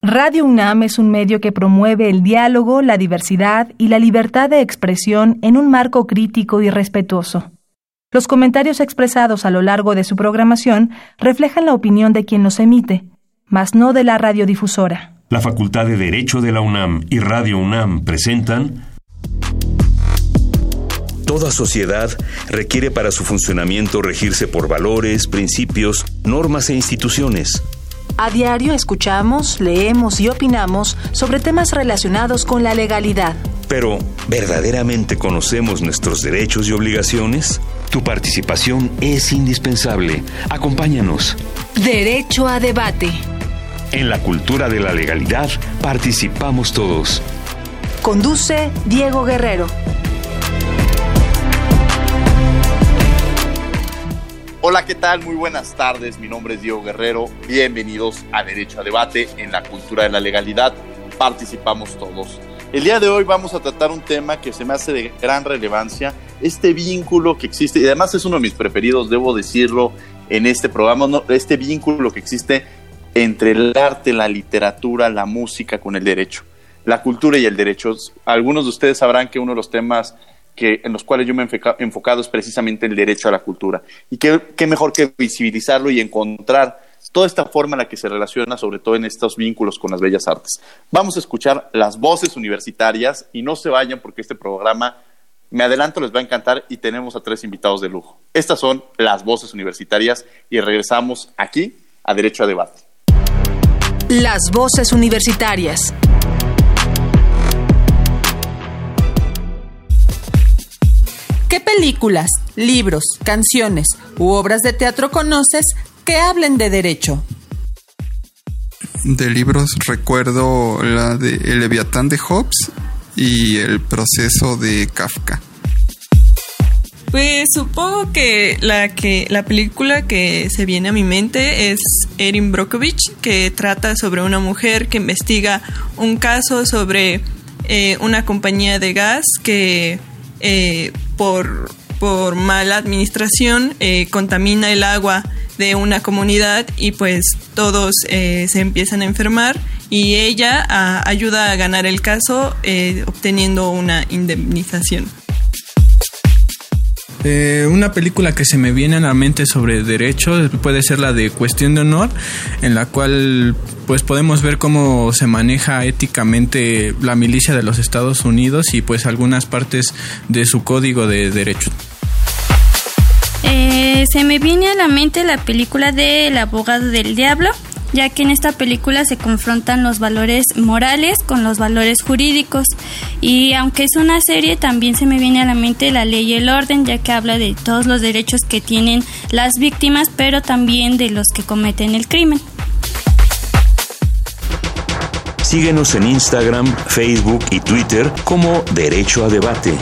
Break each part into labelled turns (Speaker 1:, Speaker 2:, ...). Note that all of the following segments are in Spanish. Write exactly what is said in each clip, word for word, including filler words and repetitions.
Speaker 1: Radio UNAM es un medio que promueve el diálogo, la diversidad y la libertad de expresión en un marco crítico y respetuoso. Los comentarios expresados a lo largo de su programación reflejan la opinión de quien los emite, mas no de la radiodifusora.
Speaker 2: La Facultad de Derecho de la UNAM y Radio UNAM presentan...
Speaker 3: Toda sociedad requiere para su funcionamiento regirse por valores, principios, normas e instituciones.
Speaker 4: A diario escuchamos, leemos y opinamos sobre temas relacionados con la legalidad.
Speaker 3: Pero, ¿verdaderamente conocemos nuestros derechos y obligaciones? Tu participación es indispensable. Acompáñanos.
Speaker 4: Derecho a debate.
Speaker 3: En la cultura de la legalidad participamos todos.
Speaker 4: Conduce Diego Guerrero.
Speaker 5: Hola, ¿qué tal? Muy buenas tardes. Mi nombre es Diego Guerrero. Bienvenidos a Derecho a Debate. En la cultura de la legalidad participamos todos. El día de hoy vamos a tratar un tema que se me hace de gran relevancia, este vínculo que existe, y además es uno de mis preferidos, debo decirlo, en este programa, ¿no? Este vínculo que existe entre el arte, la literatura, la música con el derecho, la cultura y el derecho. Algunos de ustedes sabrán que uno de los temas que, en los cuales yo me he enfocado es precisamente el derecho a la cultura. Y qué, qué mejor que visibilizarlo y encontrar toda esta forma en la que se relaciona, sobre todo en estos vínculos con las bellas artes. Vamos a escuchar las voces universitarias y no se vayan porque este programa, me adelanto, les va a encantar y tenemos a tres invitados de lujo. Estas son las voces universitarias y regresamos aquí a Derecho a Debate.
Speaker 4: Las voces universitarias. ¿Qué películas, libros, canciones u obras de teatro conoces que hablen de derecho?
Speaker 6: De libros recuerdo la de El Leviatán de Hobbes y El Proceso de Kafka.
Speaker 7: Pues supongo que la que la película que se viene a mi mente es Erin Brockovich, que trata sobre una mujer que investiga un caso sobre eh, una compañía de gas que eh, por, por mala administración eh, contamina el agua de una comunidad y pues todos eh, se empiezan a enfermar y ella a, ayuda a ganar el caso eh, obteniendo una indemnización.
Speaker 8: Eh, una película que se me viene a la mente sobre derecho puede ser la de Cuestión de Honor, en la cual pues podemos ver cómo se maneja éticamente la milicia de los Estados Unidos y pues algunas partes de su código de derecho.
Speaker 9: Eh, se me viene a la mente la película de El abogado del diablo, ya que en esta película se confrontan los valores morales con los valores jurídicos, y aunque es una serie también se me viene a la mente La ley y el orden, ya que habla de todos los derechos que tienen las víctimas, pero también de los que cometen el crimen.
Speaker 3: Síguenos en Instagram, Facebook y Twitter como Derecho a Debate.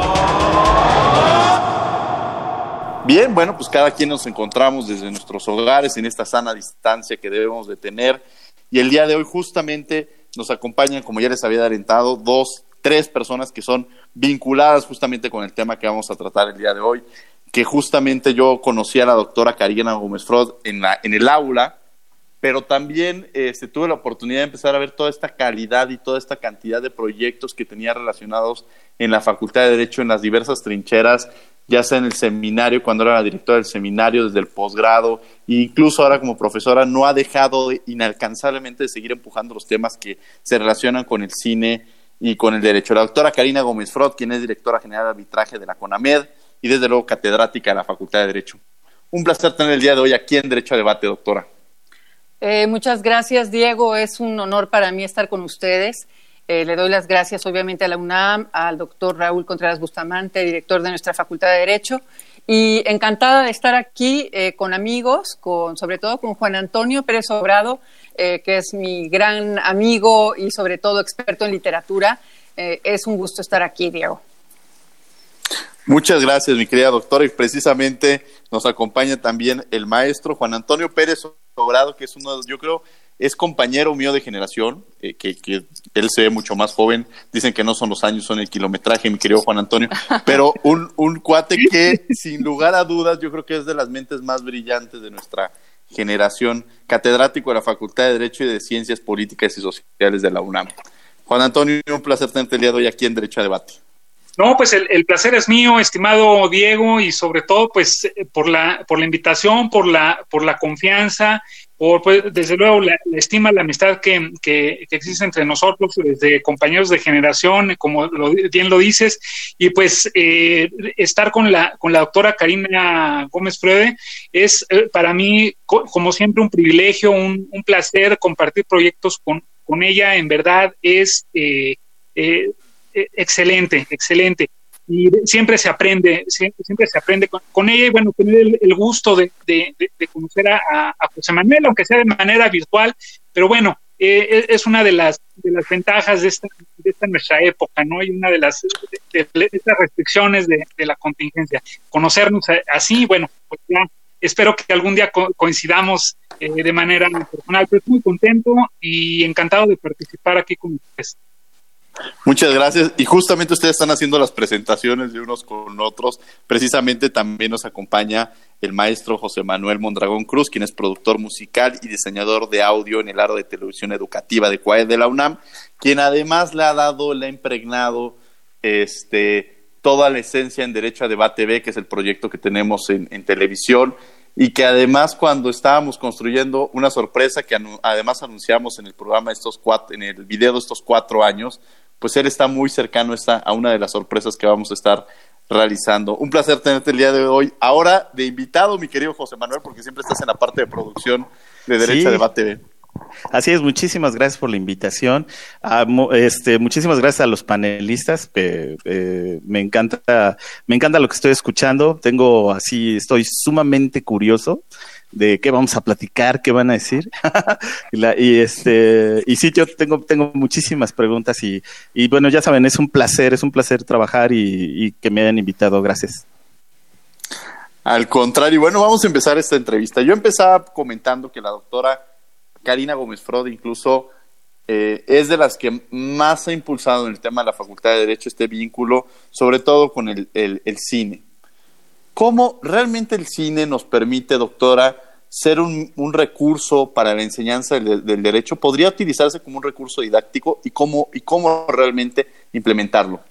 Speaker 5: Bien, bueno, pues cada quien nos encontramos desde nuestros hogares en esta sana distancia que debemos de tener, y el día de hoy justamente nos acompañan, como ya les había adelantado, dos, tres personas que son vinculadas justamente con el tema que vamos a tratar el día de hoy, que justamente yo conocí a la doctora Karina Gómez Frot en, la, en el aula, pero también este, tuve la oportunidad de empezar a ver toda esta calidad y toda esta cantidad de proyectos que tenía relacionados en la Facultad de Derecho en las diversas trincheras, ya sea en el seminario, cuando era la directora del seminario, desde el posgrado, e incluso ahora como profesora, no ha dejado de, inalcanzablemente de seguir empujando los temas que se relacionan con el cine y con el derecho. La doctora Karina Gómez Frot, quien es directora general de arbitraje de la CONAMED y desde luego catedrática de la Facultad de Derecho. Un placer tener el día de hoy aquí en Derecho a Debate, doctora.
Speaker 10: Eh, muchas gracias, Diego. Es un honor para mí estar con ustedes. Eh, le doy las gracias obviamente a la UNAM, al doctor Raúl Contreras Bustamante, director de nuestra Facultad de Derecho, y encantada de estar aquí eh, con amigos, con, sobre todo con Juan Antonio Pérez Obrado, eh, que es mi gran amigo y sobre todo experto en literatura. Eh, es un gusto estar aquí, Diego.
Speaker 5: Muchas gracias, mi querida doctora, y precisamente nos acompaña también el maestro Juan Antonio Pérez Obrado, que es uno, yo creo, es compañero mío de generación, eh, que, que él se ve mucho más joven. Dicen que no son los años, son el kilometraje, mi querido Juan Antonio. Pero un, un cuate que, sin lugar a dudas, yo creo que es de las mentes más brillantes de nuestra Generación, catedrático de la Facultad de Derecho y de Ciencias Políticas y Sociales de la UNAM. Juan Antonio, un placer tenerte el día de hoy aquí en Derecho a Debate.
Speaker 11: No, pues el, el placer es mío, estimado Diego, y sobre todo, pues, por la por la invitación, por la por la confianza, por, pues, desde luego, la, la estima, la amistad que, que, que existe entre nosotros, desde compañeros de generación, como lo, bien lo dices, y pues eh, estar con la con la doctora Karina Gómez Freude es eh, para mí, co- como siempre, un privilegio, un, un placer compartir proyectos con, con ella. En verdad es eh, eh, excelente, excelente. Y siempre se aprende, siempre, siempre se aprende con, con ella, y bueno, tener el, el gusto de, de, de conocer a, a José Manuel, aunque sea de manera virtual, pero bueno, eh, es una de las de las ventajas de esta, de esta nuestra época, ¿no? Y una de las de, de, de estas restricciones de, de la contingencia. Conocernos así, bueno, pues ya espero que algún día co- coincidamos eh, de manera personal, pero estoy muy contento y encantado de participar aquí con ustedes.
Speaker 5: Muchas gracias. Y justamente ustedes están haciendo las presentaciones de unos con otros. Precisamente también nos acompaña el maestro José Manuel Mondragón Cruz, quien es productor musical y diseñador de audio en el área de televisión educativa de CUAED de la UNAM, quien además le ha dado, le ha impregnado este, toda la esencia en Derecho a Debate B, que es el proyecto que tenemos en, en televisión, y que además, cuando estábamos construyendo una sorpresa que anu- además anunciamos en el programa estos cuatro, en el video de estos cuatro años, pues él está muy cercano a, a una de las sorpresas que vamos a estar realizando. Un placer tenerte el día de hoy. Ahora de invitado, mi querido José Manuel, porque siempre estás en la parte de producción de Derecho sí. a Debate B.
Speaker 12: Así es, muchísimas gracias por la invitación. Uh, este, muchísimas gracias a los panelistas, que eh, me encanta, me encanta lo que estoy escuchando. Tengo así, estoy sumamente curioso de qué vamos a platicar, qué van a decir. y, la, y este, y sí, yo tengo, tengo muchísimas preguntas y, y bueno, ya saben, es un placer, es un placer trabajar y, y que me hayan invitado. Gracias.
Speaker 5: Al contrario, bueno, vamos a empezar esta entrevista. Yo empezaba comentando que la doctora Karina Gómez Freude incluso eh, es de las que más ha impulsado en el tema de la Facultad de Derecho este vínculo, sobre todo con el, el, el cine. ¿Cómo realmente el cine nos permite, doctora, ser un, un recurso para la enseñanza del, del derecho? ¿Podría utilizarse como un recurso didáctico y cómo, y cómo realmente implementarlo?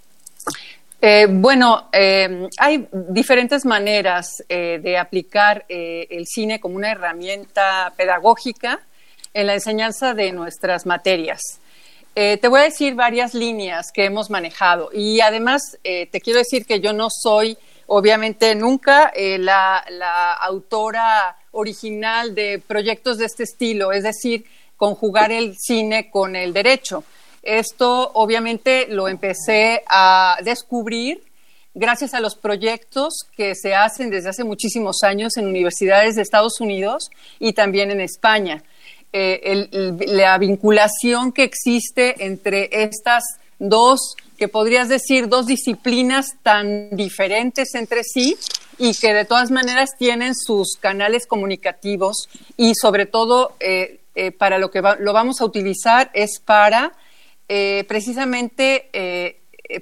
Speaker 10: Eh, bueno, eh, hay diferentes maneras eh, de aplicar eh, el cine como una herramienta pedagógica en la enseñanza de nuestras materias. Eh, te voy a decir varias líneas que hemos manejado y además eh, te quiero decir que yo no soy, obviamente, nunca eh, la, la autora original de proyectos de este estilo, es decir, conjugar el cine con el derecho. Esto obviamente lo empecé a descubrir gracias a los proyectos que se hacen desde hace muchísimos años en universidades de Estados Unidos y también en España. Eh, el, el, la vinculación que existe entre estas dos, que podrías decir dos disciplinas tan diferentes entre sí y que de todas maneras tienen sus canales comunicativos y sobre todo eh, eh, para lo que va, lo vamos a utilizar es para Eh, precisamente eh, eh,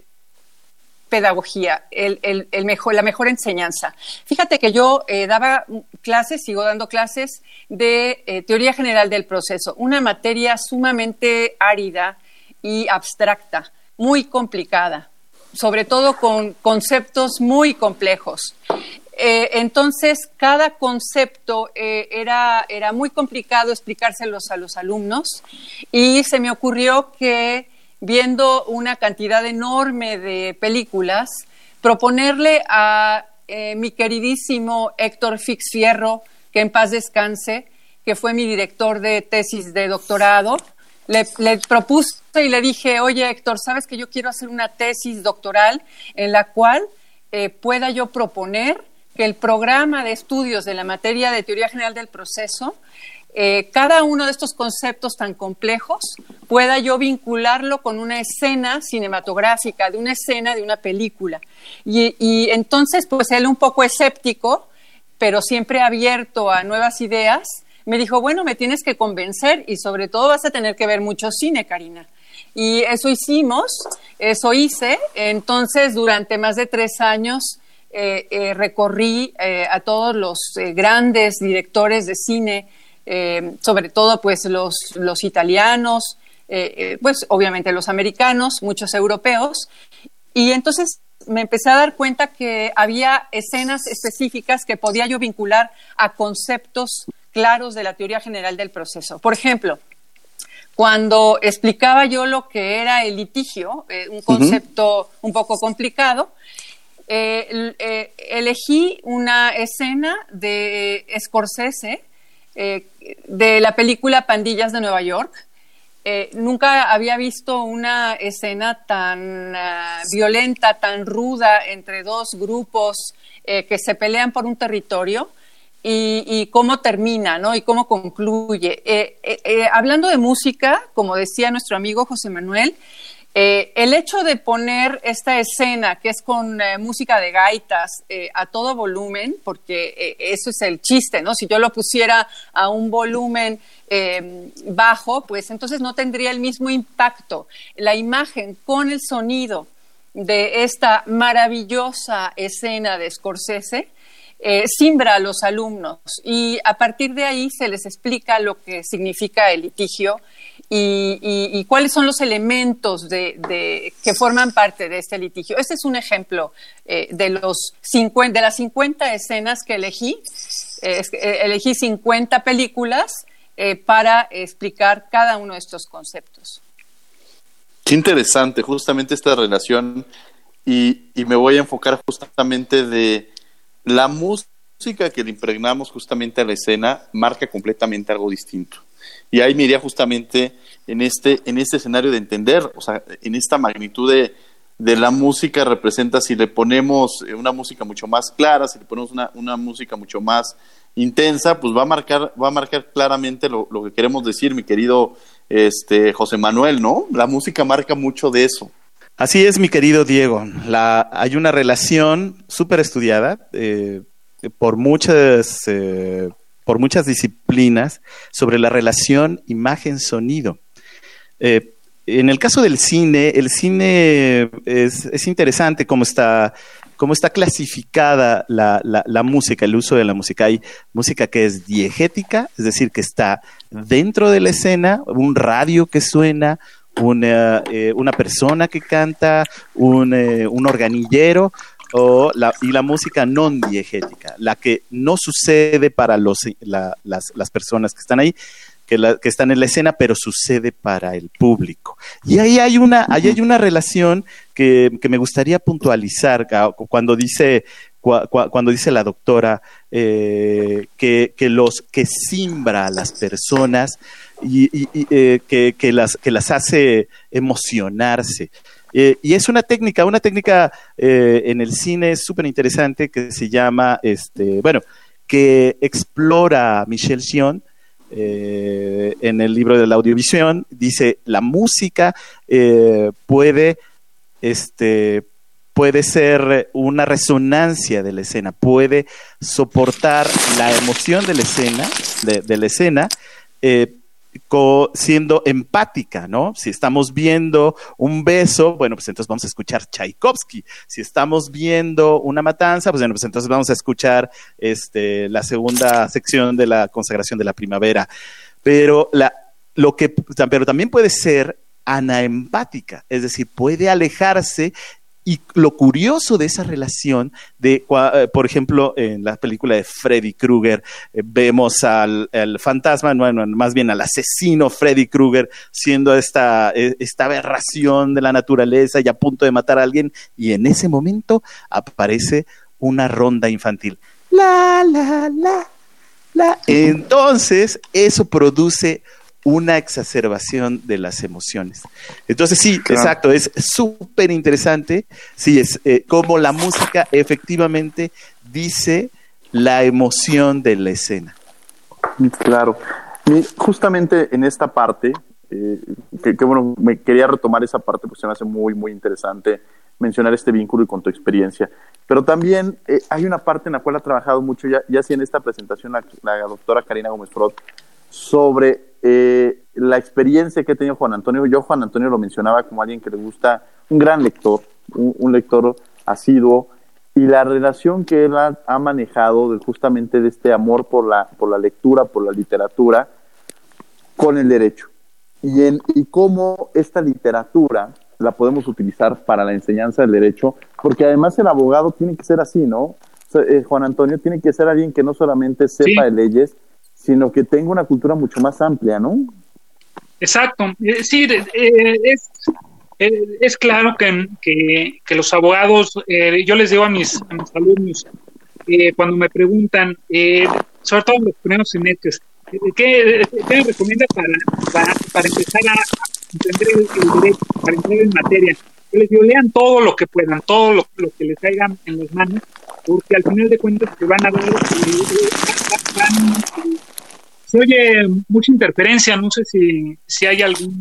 Speaker 10: pedagogía, el, el, el mejor, la mejor enseñanza. Fíjate que yo eh, daba clases, sigo dando clases de eh, teoría general del proceso, una materia sumamente árida y abstracta, muy complicada, sobre todo con conceptos muy complejos. Eh, entonces, cada concepto eh, era, era muy complicado explicárselos a los alumnos y se me ocurrió que, viendo una cantidad enorme de películas, proponerle a eh, mi queridísimo Héctor Fix Fierro, que en paz descanse, que fue mi director de tesis de doctorado, le, le propuse y le dije, oye Héctor, ¿sabes que yo quiero hacer una tesis doctoral en la cual eh, pueda yo proponer que el programa de estudios de la materia de teoría general del proceso, eh, cada uno de estos conceptos tan complejos, pueda yo vincularlo con una escena cinematográfica, de una escena de una película. Y, y entonces, pues él un poco escéptico, pero siempre abierto a nuevas ideas, me dijo, bueno, me tienes que convencer y sobre todo vas a tener que ver mucho cine, Karina. Y eso hicimos, eso hice. Entonces, durante más de tres años, eh, eh, recorrí eh, a todos los eh, grandes directores de cine, eh, sobre todo pues los, los italianos, eh, eh, pues obviamente los americanos, muchos europeos, y entonces me empecé a dar cuenta que había escenas específicas que podía yo vincular a conceptos claros de la teoría general del proceso. Por ejemplo, cuando explicaba yo lo que era el litigio, eh, un concepto uh-huh. un poco complicado, eh, eh, elegí una escena de Scorsese, eh, de la película Pandillas de Nueva York. Eh, nunca había visto una escena tan uh, violenta, tan ruda entre dos grupos eh, que se pelean por un territorio y, y cómo termina, ¿no? Y cómo concluye. Eh, eh, eh, hablando de música, como decía nuestro amigo José Manuel, eh, el hecho de poner esta escena que es con eh, música de gaitas eh, a todo volumen, porque eh, eso es el chiste, ¿no? Si yo lo pusiera a un volumen Eh, bajo, pues entonces no tendría el mismo impacto. La imagen con el sonido de esta maravillosa escena de Scorsese eh, simbra a los alumnos y a partir de ahí se les explica lo que significa el litigio y, y, y cuáles son los elementos de, de, que forman parte de este litigio. Este es un ejemplo eh, de, los cincuenta, de las cincuenta escenas que elegí. Eh, elegí cincuenta películas Eh, para explicar cada uno de estos conceptos.
Speaker 5: Qué interesante, justamente esta relación, y, y me voy a enfocar justamente de la música que le impregnamos justamente a la escena, marca completamente algo distinto. Y ahí me iría justamente en este, en este escenario de entender, o sea, en esta magnitud de, de la música representa, si le ponemos una música mucho más clara, si le ponemos una, una música mucho más intensa, pues va a marcar, va a marcar claramente lo, lo que queremos decir, mi querido este, José Manuel, ¿no? La música marca mucho de eso.
Speaker 12: Así es, mi querido Diego. La, hay una relación súper estudiada eh, por muchas, eh, por muchas disciplinas sobre la relación imagen-sonido. Eh, en el caso del cine, el cine es, es interesante cómo está cómo está clasificada la, la, la música, el uso de la música. Hay música que es diegética, es decir, que está dentro de la escena, un radio que suena, una, eh, una persona que canta, un, eh, un organillero, o la, y la música non diegética, la que no sucede para los, la, las, las personas que están ahí, Que, la, que están en la escena, pero sucede para el público. Y ahí hay una, ahí hay una relación que, que me gustaría puntualizar cuando dice, cuando dice la doctora eh, que, que los que simbra a las personas y, y, y eh, que, que, las, que las hace emocionarse. Eh, y es una técnica, una técnica eh, en el cine súper interesante que se llama, este, bueno, que explora Michel Sion. Eh, en el libro de la audiovisión dice la música eh, puede este puede ser una resonancia de la escena, puede soportar la emoción de la escena de, de la escena eh, co- siendo empática, ¿no? Si estamos viendo un beso, bueno, pues entonces vamos a escuchar Tchaikovsky. Si estamos viendo una matanza, pues bueno, pues entonces vamos a escuchar este, la segunda sección de la consagración de la primavera. Pero, la, lo que, pero también puede ser anaempática, es decir, puede alejarse. Y lo curioso de esa relación, de, por ejemplo, en la película de Freddy Krueger, eh, vemos al, al fantasma, bueno, más bien al asesino Freddy Krueger, siendo esta, esta aberración de la naturaleza y a punto de matar a alguien, y en ese momento aparece una ronda infantil. La, la, la, la. Entonces, eso produce una exacerbación de las emociones. Entonces sí, claro. Exacto, es súper interesante, sí, es eh, como la música efectivamente dice la emoción de la escena.
Speaker 5: Claro, justamente en esta parte, eh, que, que bueno, me quería retomar esa parte porque se me hace muy, muy interesante mencionar este vínculo y con tu experiencia, pero también eh, hay una parte en la cual ha trabajado mucho, ya, ya sí en esta presentación la, la doctora Karina Gómez Frot, sobre eh, la experiencia que ha tenido Juan Antonio. Yo Juan Antonio lo mencionaba como alguien que le gusta, un gran lector, un, un lector asiduo, y la relación que él ha, ha manejado de, justamente de este amor por la, por la lectura, por la literatura, con el derecho. Y, en, y cómo esta literatura la podemos utilizar para la enseñanza del derecho, porque además el abogado tiene que ser así, ¿no? O sea, eh, Juan Antonio tiene que ser alguien que no solamente sepa sí. de leyes, sino que tenga una cultura mucho más amplia, ¿no?
Speaker 11: Exacto. Eh, sí, eh, es... Es claro que, que, que los abogados, eh, yo les digo a mis, a mis alumnos, eh, cuando me preguntan, eh, sobre todo los primeros semestres, ¿qué, qué me recomienda para, para, para empezar a entender el, el derecho, para entender en materia? Yo les digo, lean todo lo que puedan, todo lo, lo que les caiga en las manos, porque al final de cuentas se van a ver, eh, van, eh, se oye mucha interferencia, no sé si, si hay algún...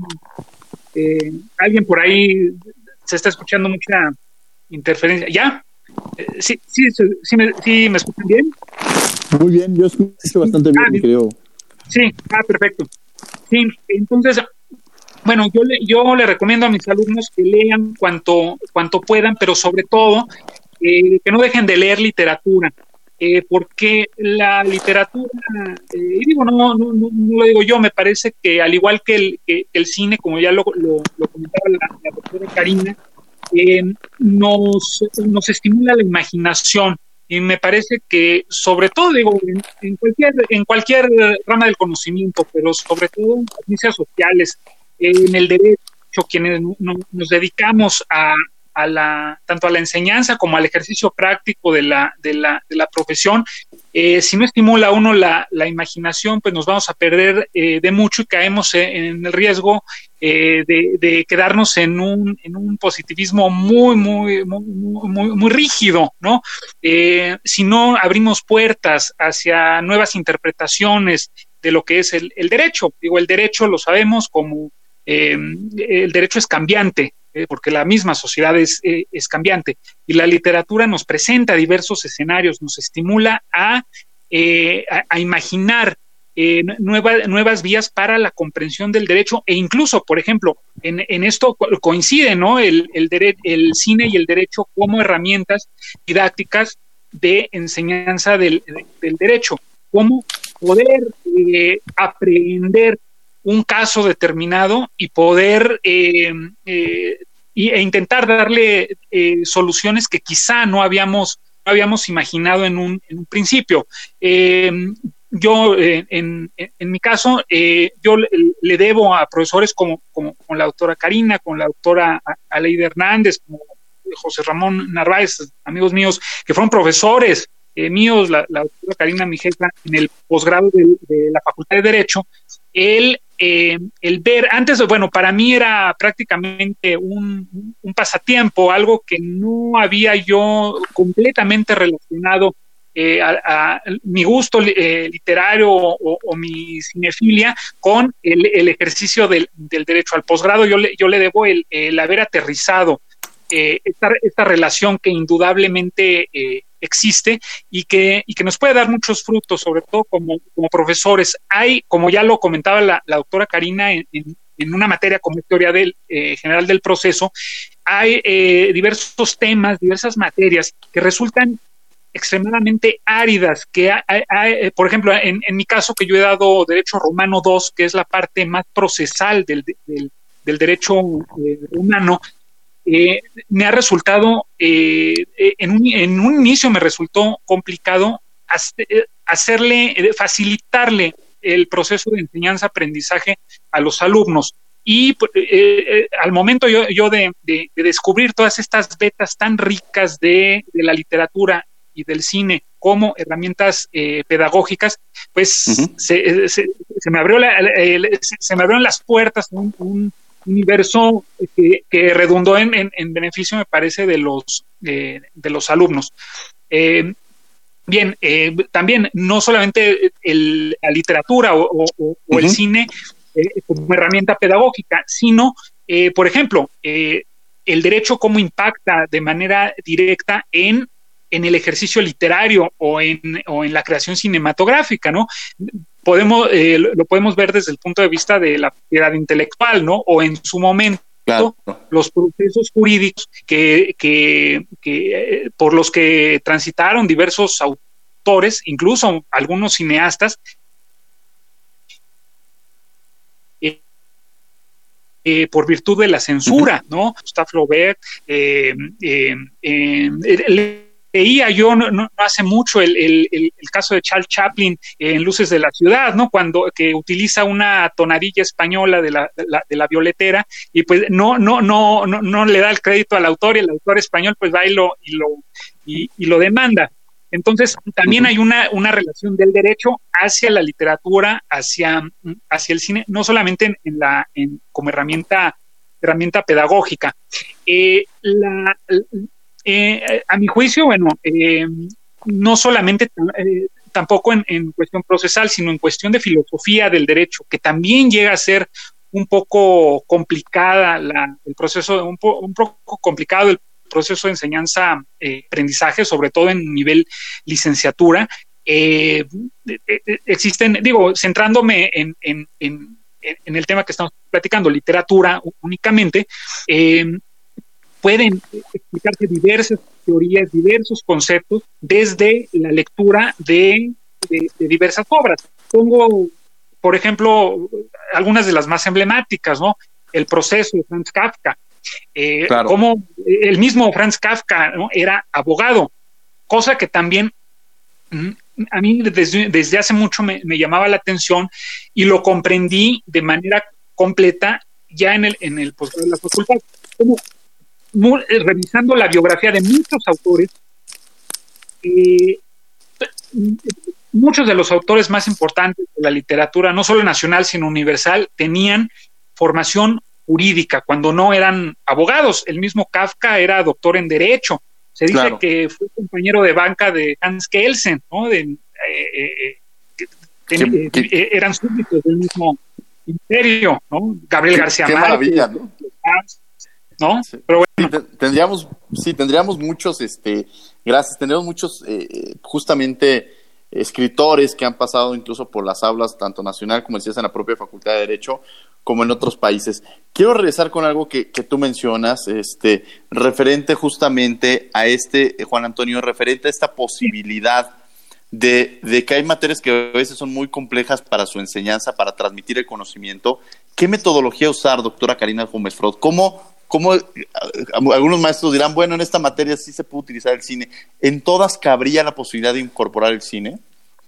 Speaker 11: Eh, alguien por ahí se está escuchando mucha interferencia. ¿Ya? Eh, sí, sí, sí, me, sí, ¿me escuchan bien?
Speaker 5: Muy bien, yo escucho bastante bien, ah, bien. creo.
Speaker 11: Sí, ah, perfecto. Sí, entonces, bueno, yo le, yo le recomiendo a mis alumnos que lean cuanto, cuanto puedan, pero sobre todo eh, que no dejen de leer literatura. Eh, porque la literatura, eh, y digo, no, no, no, no lo digo yo, me parece que al igual que el, que el cine, como ya lo, lo, lo comentaba la, la doctora Karina, eh, nos, nos estimula la imaginación, y me parece que sobre todo, digo, en, en, cualquier, en cualquier rama del conocimiento, pero sobre todo en las ciencias sociales, eh, en el derecho, quienes no, no, nos dedicamos a a la, tanto a la enseñanza como al ejercicio práctico de la, de la, de la profesión, eh, si no estimula uno la, la imaginación, pues nos vamos a perder eh, de mucho y caemos en el riesgo eh, de, de quedarnos en un, en un positivismo muy, muy, muy, muy, muy rígido, ¿no? Eh, si no abrimos puertas hacia nuevas interpretaciones de lo que es el, el derecho. Digo, el derecho lo sabemos como eh, el derecho es cambiante, eh, porque la misma sociedad es, eh, es cambiante, y la literatura nos presenta diversos escenarios, nos estimula a, eh, a, a imaginar eh, nueva, nuevas vías para la comprensión del derecho, e incluso, por ejemplo, en, en esto co- coincide, ¿no? El, el, dere- el cine y el derecho como herramientas didácticas de enseñanza del, del derecho, cómo poder eh, aprender un caso determinado y poder eh, eh, e intentar darle eh, soluciones que quizá no habíamos, no habíamos imaginado en un, en un principio. Eh, yo, eh, en, en mi caso, eh, yo le, le debo a profesores como, como, como la doctora Karina, con la doctora Aleida Hernández, como José Ramón Narváez, amigos míos, que fueron profesores eh, míos, la, la doctora Karina, mi jefa, en el posgrado de, de la Facultad de Derecho, el, eh, el ver, antes, bueno, para mí era prácticamente un, un pasatiempo, algo que no había yo completamente relacionado eh, a, a mi gusto eh, literario o, o mi cinefilia con el, el ejercicio del, del derecho. Al posgrado yo le, yo le debo el, el haber aterrizado eh, esta, esta relación que indudablemente eh, existe y que, y que nos puede dar muchos frutos, sobre todo como, como profesores. Hay, como ya lo comentaba la, la doctora Karina, en, en, en una materia como teoría del, eh, general del proceso, hay eh, diversos temas, diversas materias que resultan extremadamente áridas, que hay, hay, por ejemplo, en, en mi caso, que yo he dado Derecho Romano dos, que es la parte más procesal del, del, del derecho eh, romano, Eh, me ha resultado, eh, en, un, en un inicio me resultó complicado hacerle, facilitarle el proceso de enseñanza-aprendizaje a los alumnos. Y eh, eh, al momento yo, yo de, de, de descubrir todas estas vetas tan ricas de, de la literatura y del cine como herramientas eh, pedagógicas, pues uh-huh. se, se, se, me abrió la, eh, se, se me abrieron las puertas un, un universo que, que redundó en, en, en beneficio, me parece, de los, eh, de los alumnos. Eh, bien, eh, también no solamente el, la literatura o, o, o uh-huh. el cine eh, como herramienta pedagógica, sino, eh, por ejemplo, eh, el derecho cómo impacta de manera directa en, en el ejercicio literario o en, o en la creación cinematográfica, ¿no? Podemos, eh, lo podemos ver desde el punto de vista de la propiedad intelectual, ¿no? O en su momento claro. los procesos jurídicos que, que, que por los que transitaron diversos autores, incluso algunos cineastas, eh, eh, por virtud de la censura, uh-huh. ¿no? Gustave Flaubert, eh, eh, eh, eh, leía yo no, no hace mucho el, el, el, el caso de Charles Chaplin en Luces de la Ciudad, ¿no? Cuando que utiliza una tonadilla española de la, de la, de la violetera y pues no, no, no, no, no le da el crédito al autor y el autor español pues va y lo, y lo, y, y lo demanda. Entonces también uh-huh. hay una, una relación del derecho hacia la literatura, hacia, hacia el cine, no solamente en, en la, en, como herramienta, herramienta pedagógica. Eh, la, Eh, a mi juicio, bueno, eh, no solamente eh, tampoco en, en cuestión procesal, sino en cuestión de filosofía del derecho, que también llega a ser un poco complicada la, el proceso, un, po, un poco complicado el proceso de enseñanza, eh, aprendizaje, sobre todo en nivel licenciatura. Eh, eh, existen, digo, centrándome en, en, en, en el tema que estamos platicando, literatura únicamente, eh, pueden explicarse diversas teorías, diversos conceptos desde la lectura de, de, de diversas obras. Pongo, por ejemplo, algunas de las más emblemáticas, ¿no? El proceso de Franz Kafka. Eh, claro. Como el mismo Franz Kafka, ¿no? Era abogado, cosa que también a mí desde, desde hace mucho me, me llamaba la atención y lo comprendí de manera completa ya en el, en el posgrado de la facultad. Como Muy, revisando la biografía de muchos autores, eh, muchos de los autores más importantes de la literatura, no solo nacional, sino universal, tenían formación jurídica cuando no eran abogados. El mismo Kafka era doctor en Derecho. Se dice claro. que fue compañero de banca de Hans Kelsen, ¿no? De, eh, eh, que, ten, ¿Qué, qué? Eh, eran súbditos del mismo imperio, ¿no? Gabriel
Speaker 5: qué,
Speaker 11: García
Speaker 5: Márquez. Qué maravilla, ¿no?
Speaker 11: ¿no?
Speaker 5: Sí.
Speaker 11: Pero bueno.
Speaker 5: Sí, tendríamos, sí, tendríamos muchos, este, gracias, tendríamos muchos, eh, justamente, escritores que han pasado incluso por las aulas, tanto nacional como decías en la propia Facultad de Derecho, como en otros países. Quiero regresar con algo que, que tú mencionas, este, referente justamente a este, Juan Antonio, referente a esta posibilidad de, de que hay materias que a veces son muy complejas para su enseñanza, para transmitir el conocimiento. ¿Qué metodología usar, doctora Karina Gómez Frot? ¿Cómo ¿Cómo algunos maestros dirán, bueno, en esta materia sí se puede utilizar el cine? ¿En todas cabría la posibilidad de incorporar el cine?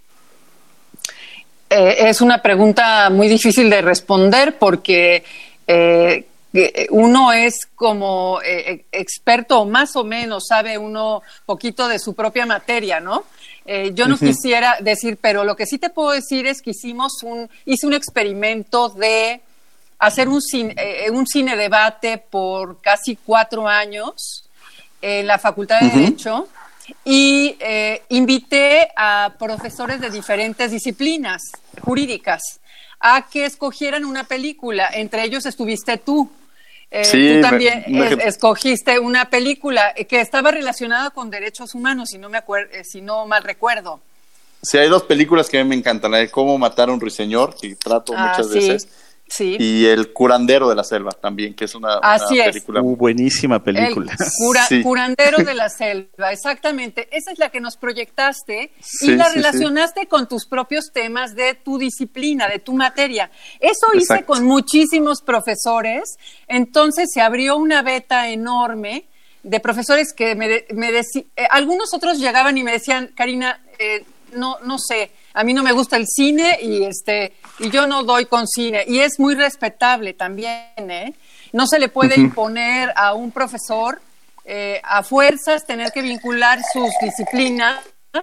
Speaker 10: Eh, es una pregunta muy difícil de responder porque eh, uno es como eh, experto, o más o menos sabe uno poquito de su propia materia, ¿no? Eh, yo no uh-huh. quisiera decir, pero lo que sí te puedo decir es que hicimos un, hice un experimento de hacer un cine, eh, un cine debate por casi cuatro años en la Facultad de uh-huh. Derecho y eh, invité a profesores de diferentes disciplinas jurídicas a que escogieran una película. Entre ellos estuviste tú. Eh, sí, tú también me, me... escogiste una película que estaba relacionada con derechos humanos, si no me acuerdo, si no mal recuerdo.
Speaker 5: Sí, hay dos películas que a mí me encantan, la de Cómo matar a un ruiseñor, que trato ah, muchas sí. veces. Sí. Y El curandero de la selva también, que es una,
Speaker 10: Así
Speaker 5: una
Speaker 10: es.
Speaker 5: película.
Speaker 12: Uh, buenísima película.
Speaker 10: El cura, sí. Curandero de la selva, exactamente. Esa es la que nos proyectaste sí, y la sí, relacionaste sí. con tus propios temas de tu disciplina, de tu materia. Eso Exacto. hice con muchísimos profesores. Entonces se abrió una beta enorme de profesores que me, me decían, eh, algunos otros llegaban y me decían, Karina, eh, no, no sé, a mí no me gusta el cine y este y yo no doy con cine, y es muy respetable también, ¿eh? No se le puede uh-huh. imponer a un profesor eh, a fuerzas tener que vincular sus disciplinas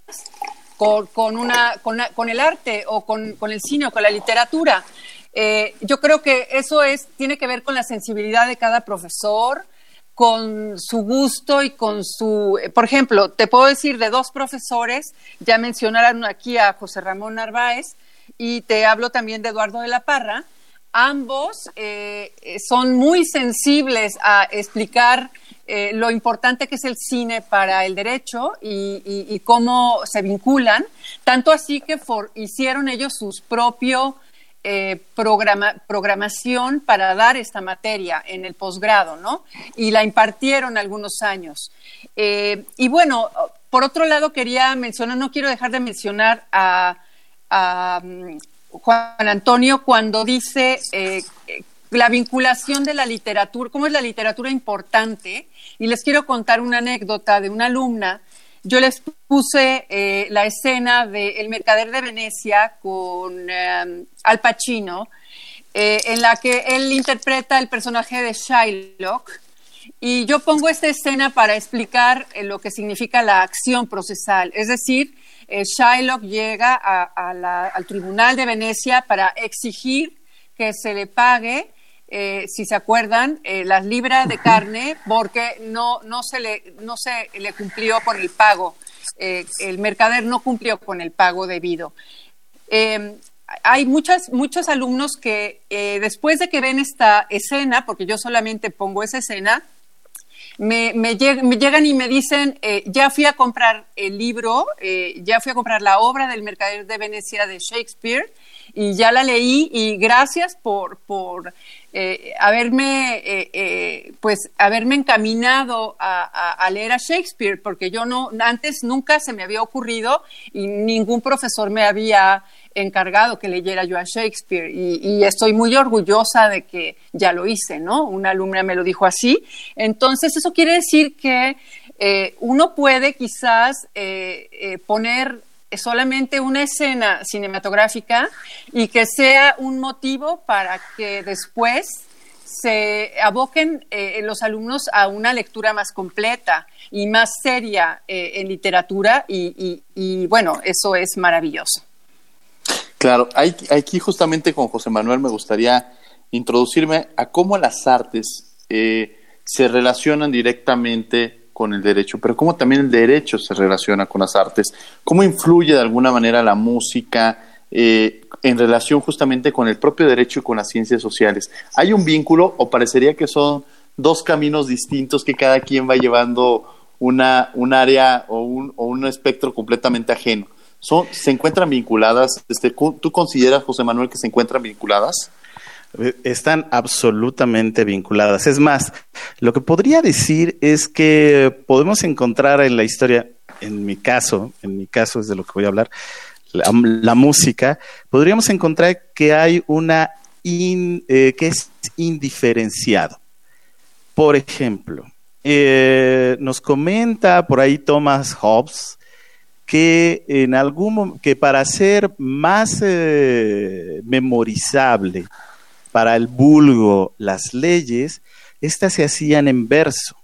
Speaker 10: con, con, una, con, una, con el arte o con, con el cine o con la literatura. Eh, yo creo que eso es tiene que ver con la sensibilidad de cada profesor, con su gusto y con su... Por ejemplo, te puedo decir de dos profesores, ya mencionaron aquí a José Ramón Narváez, y te hablo también de Eduardo de la Parra. Ambos eh, son muy sensibles a explicar eh, lo importante que es el cine para el derecho y, y, y cómo se vinculan, tanto así que for, hicieron ellos sus propios eh, programa, programación para dar esta materia en el posgrado, ¿no? Y la impartieron algunos años. Eh, y bueno, por otro lado quería mencionar, no quiero dejar de mencionar a, a um, Juan Antonio cuando dice eh, la vinculación de la literatura, cómo es la literatura importante, y les quiero contar una anécdota de una alumna. Yo les puse eh, la escena de El Mercader de Venecia con eh, Al Pacino, eh, en la que él interpreta el personaje de Shylock, y yo pongo esta escena para explicar eh, lo que significa la acción procesal, es decir, eh, Shylock llega a, a la, al Tribunal de Venecia para exigir que se le pague, Eh, si se acuerdan, eh, las libras de carne, porque no, no, se, le, no se le cumplió con el pago. Eh, el mercader no cumplió con el pago debido. Eh, hay muchas, muchos alumnos que eh, después de que ven esta escena, porque yo solamente pongo esa escena, me, me, lleg- me llegan y me dicen, eh, ya fui a comprar el libro, eh, ya fui a comprar la obra del Mercader de Venecia de Shakespeare, y ya la leí, y gracias por, por eh, haberme eh, eh, pues haberme encaminado a, a, a leer a Shakespeare, porque yo no antes nunca se me había ocurrido y ningún profesor me había encargado que leyera yo a Shakespeare, y, y estoy muy orgullosa de que ya lo hice, ¿no? Una alumna me lo dijo así. Entonces eso quiere decir que eh, uno puede quizás eh, eh, poner solamente una escena cinematográfica y que sea un motivo para que después se aboquen eh, los alumnos a una lectura más completa y más seria eh, en literatura, y, y, y bueno, eso es maravilloso.
Speaker 5: Claro, aquí justamente con José Manuel me gustaría introducirme a cómo las artes eh, se relacionan directamente con el derecho, pero cómo también el derecho se relaciona con las artes, cómo influye de alguna manera la música eh, en relación justamente con el propio derecho y con las ciencias sociales. ¿Hay un vínculo o parecería que son dos caminos distintos que cada quien va llevando una, un área o un, o un espectro completamente ajeno? Son, ¿Se encuentran vinculadas? Este, ¿Tú consideras, José Manuel, que se encuentran vinculadas?
Speaker 12: Están absolutamente vinculadas. Es más, lo que podría decir es que podemos encontrar en la historia, en mi caso, en mi caso es de lo que voy a hablar, la, la música, podríamos encontrar que hay una in, eh, que es indiferenciado. Por ejemplo, eh, nos comenta por ahí Thomas Hobbes que en algún que para ser más eh, memorizable para el vulgo las leyes, estas se hacían en verso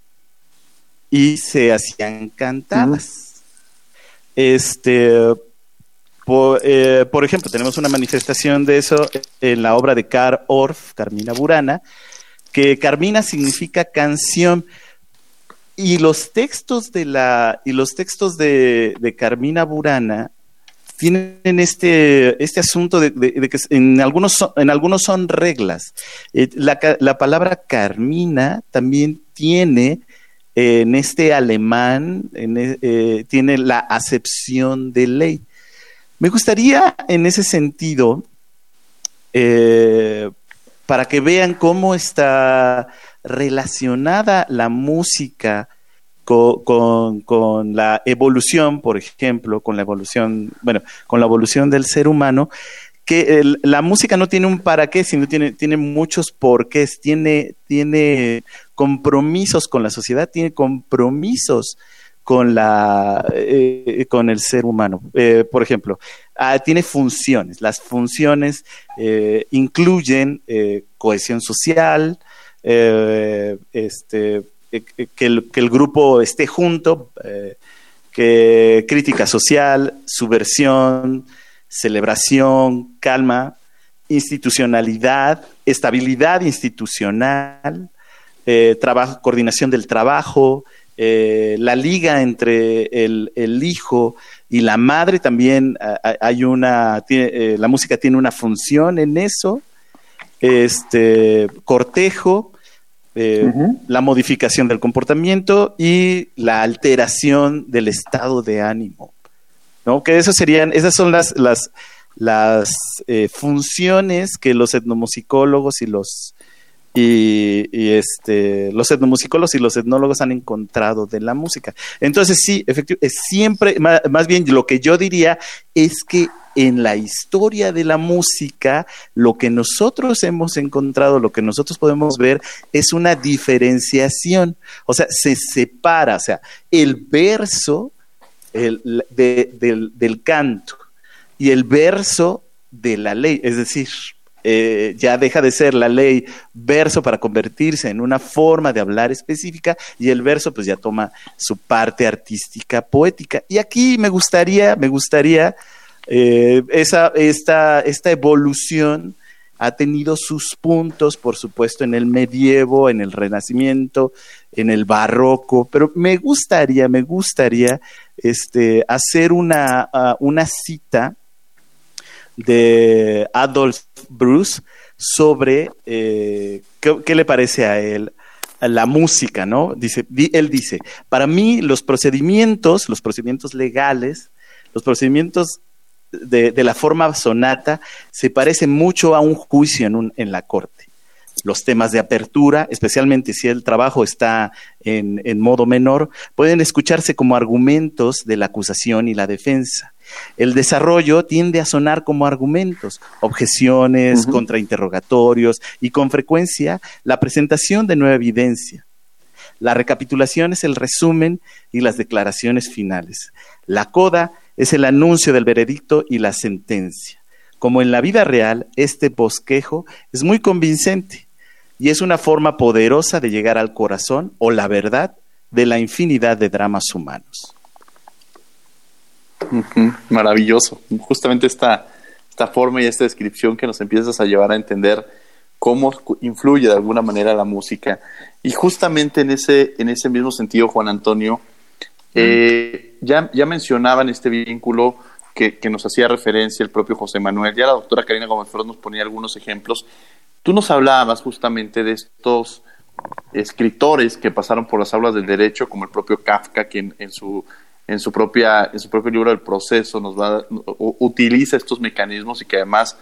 Speaker 12: y se hacían cantadas. Uh-huh. Este, por, eh, por ejemplo, tenemos una manifestación de eso en la obra de Karl Orff, Carmina Burana, que Carmina significa canción, y los textos de la y los textos de, de Carmina Burana tienen este, este asunto de, de, de que en algunos son, en algunos son reglas. Eh, la, la palabra Carmina también tiene eh, en este alemán, en, eh, tiene la acepción de ley. Me gustaría en ese sentido, eh, para que vean cómo está relacionada la música Con, con, con la evolución, por ejemplo, con la evolución, bueno, con la evolución del ser humano, que el, la música no tiene un para qué, sino tiene, tiene muchos porqués, tiene, tiene compromisos con la sociedad, tiene compromisos con la eh, con el ser humano. Eh, por ejemplo, ah, tiene funciones. Las funciones eh, incluyen eh, cohesión social, eh, este Que el, que el grupo esté junto, eh, que crítica social, subversión, celebración, calma, institucionalidad, estabilidad institucional, eh, trabajo, coordinación del trabajo, eh, la liga entre el, el hijo y la madre también eh, hay una, tiene, eh, la música tiene una función en eso, este, cortejo, Eh, uh-huh. la modificación del comportamiento y la alteración del estado de ánimo, ¿no? Que eso serían, esas son las, las las eh, funciones que los etnomusicólogos y los y, y este los etnomusicólogos y los etnólogos han encontrado de la música. Entonces sí, efectivamente, es siempre, más, más bien lo que yo diría es que en la historia de la música, lo que nosotros hemos encontrado, lo que nosotros podemos ver es una diferenciación, o sea, se separa, o sea, el verso el, de, del, del canto y el verso de la ley, es decir, eh, ya deja de ser la ley verso para convertirse en una forma de hablar específica, y el verso pues ya toma su parte artística, poética. Y aquí me gustaría, me gustaría eh, esa, esta, esta evolución ha tenido sus puntos, por supuesto, en el medievo, en el Renacimiento, en el Barroco, pero me gustaría, me gustaría este, hacer una, uh, una cita de Adolf Bruce sobre eh, ¿qué, qué le parece a él a la música, ¿no? Dice, di, él dice, para mí los procedimientos, los procedimientos legales, los procedimientos de, de la forma sonata se parecen mucho a un juicio en, un, en la corte. Los temas de apertura, especialmente si el trabajo está en, en modo menor, pueden escucharse como argumentos de la acusación y la defensa. El desarrollo tiende a sonar como argumentos, objeciones, uh-huh. contrainterrogatorios y con frecuencia la presentación de nueva evidencia. La recapitulación es el resumen y las declaraciones finales. La coda es el anuncio del veredicto y la sentencia. Como en la vida real, este bosquejo es muy convincente y es una forma poderosa de llegar al corazón o la verdad de la infinidad de dramas humanos.
Speaker 5: Uh-huh. Maravilloso. Justamente esta, esta forma y esta descripción que nos empiezas a llevar a entender cómo influye de alguna manera la música. Y justamente en ese, en ese mismo sentido, Juan Antonio, eh, ya, ya mencionaban este vínculo que, que nos hacía referencia el propio José Manuel. Ya la doctora Karina Gómez Flores nos ponía algunos ejemplos. Tú nos hablabas justamente de estos escritores que pasaron por las aulas del derecho, como el propio Kafka, quien en su en su propia en su propio libro El Proceso nos va utiliza estos mecanismos y que además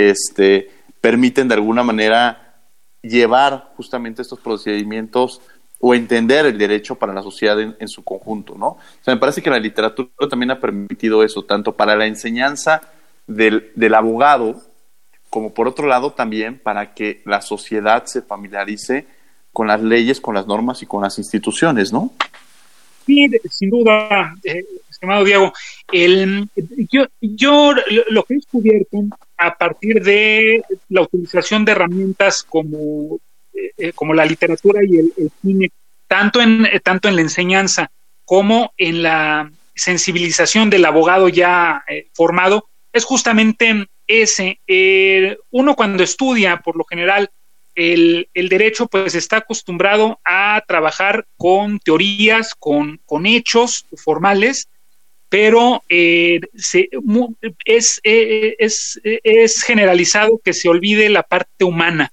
Speaker 5: este permiten de alguna manera llevar justamente estos procedimientos o entender el derecho para la sociedad en, en su conjunto, ¿no? O sea, me parece que la literatura también ha permitido eso, tanto para la enseñanza del, del abogado, como por otro lado también para que la sociedad se familiarice con las leyes, con las normas y con las instituciones, ¿no?
Speaker 11: Sí, sin duda, eh, estimado Diego. El, yo, yo lo que he descubierto a partir de la utilización de herramientas como, eh, como la literatura y el, el cine, tanto en, eh, tanto en la enseñanza como en la sensibilización del abogado ya eh, formado, es justamente ese. Eh, uno cuando estudia, por lo general, El, el derecho pues está acostumbrado a trabajar con teorías, con, con hechos formales, pero eh, se, es, eh, es, es generalizado que se olvide la parte humana.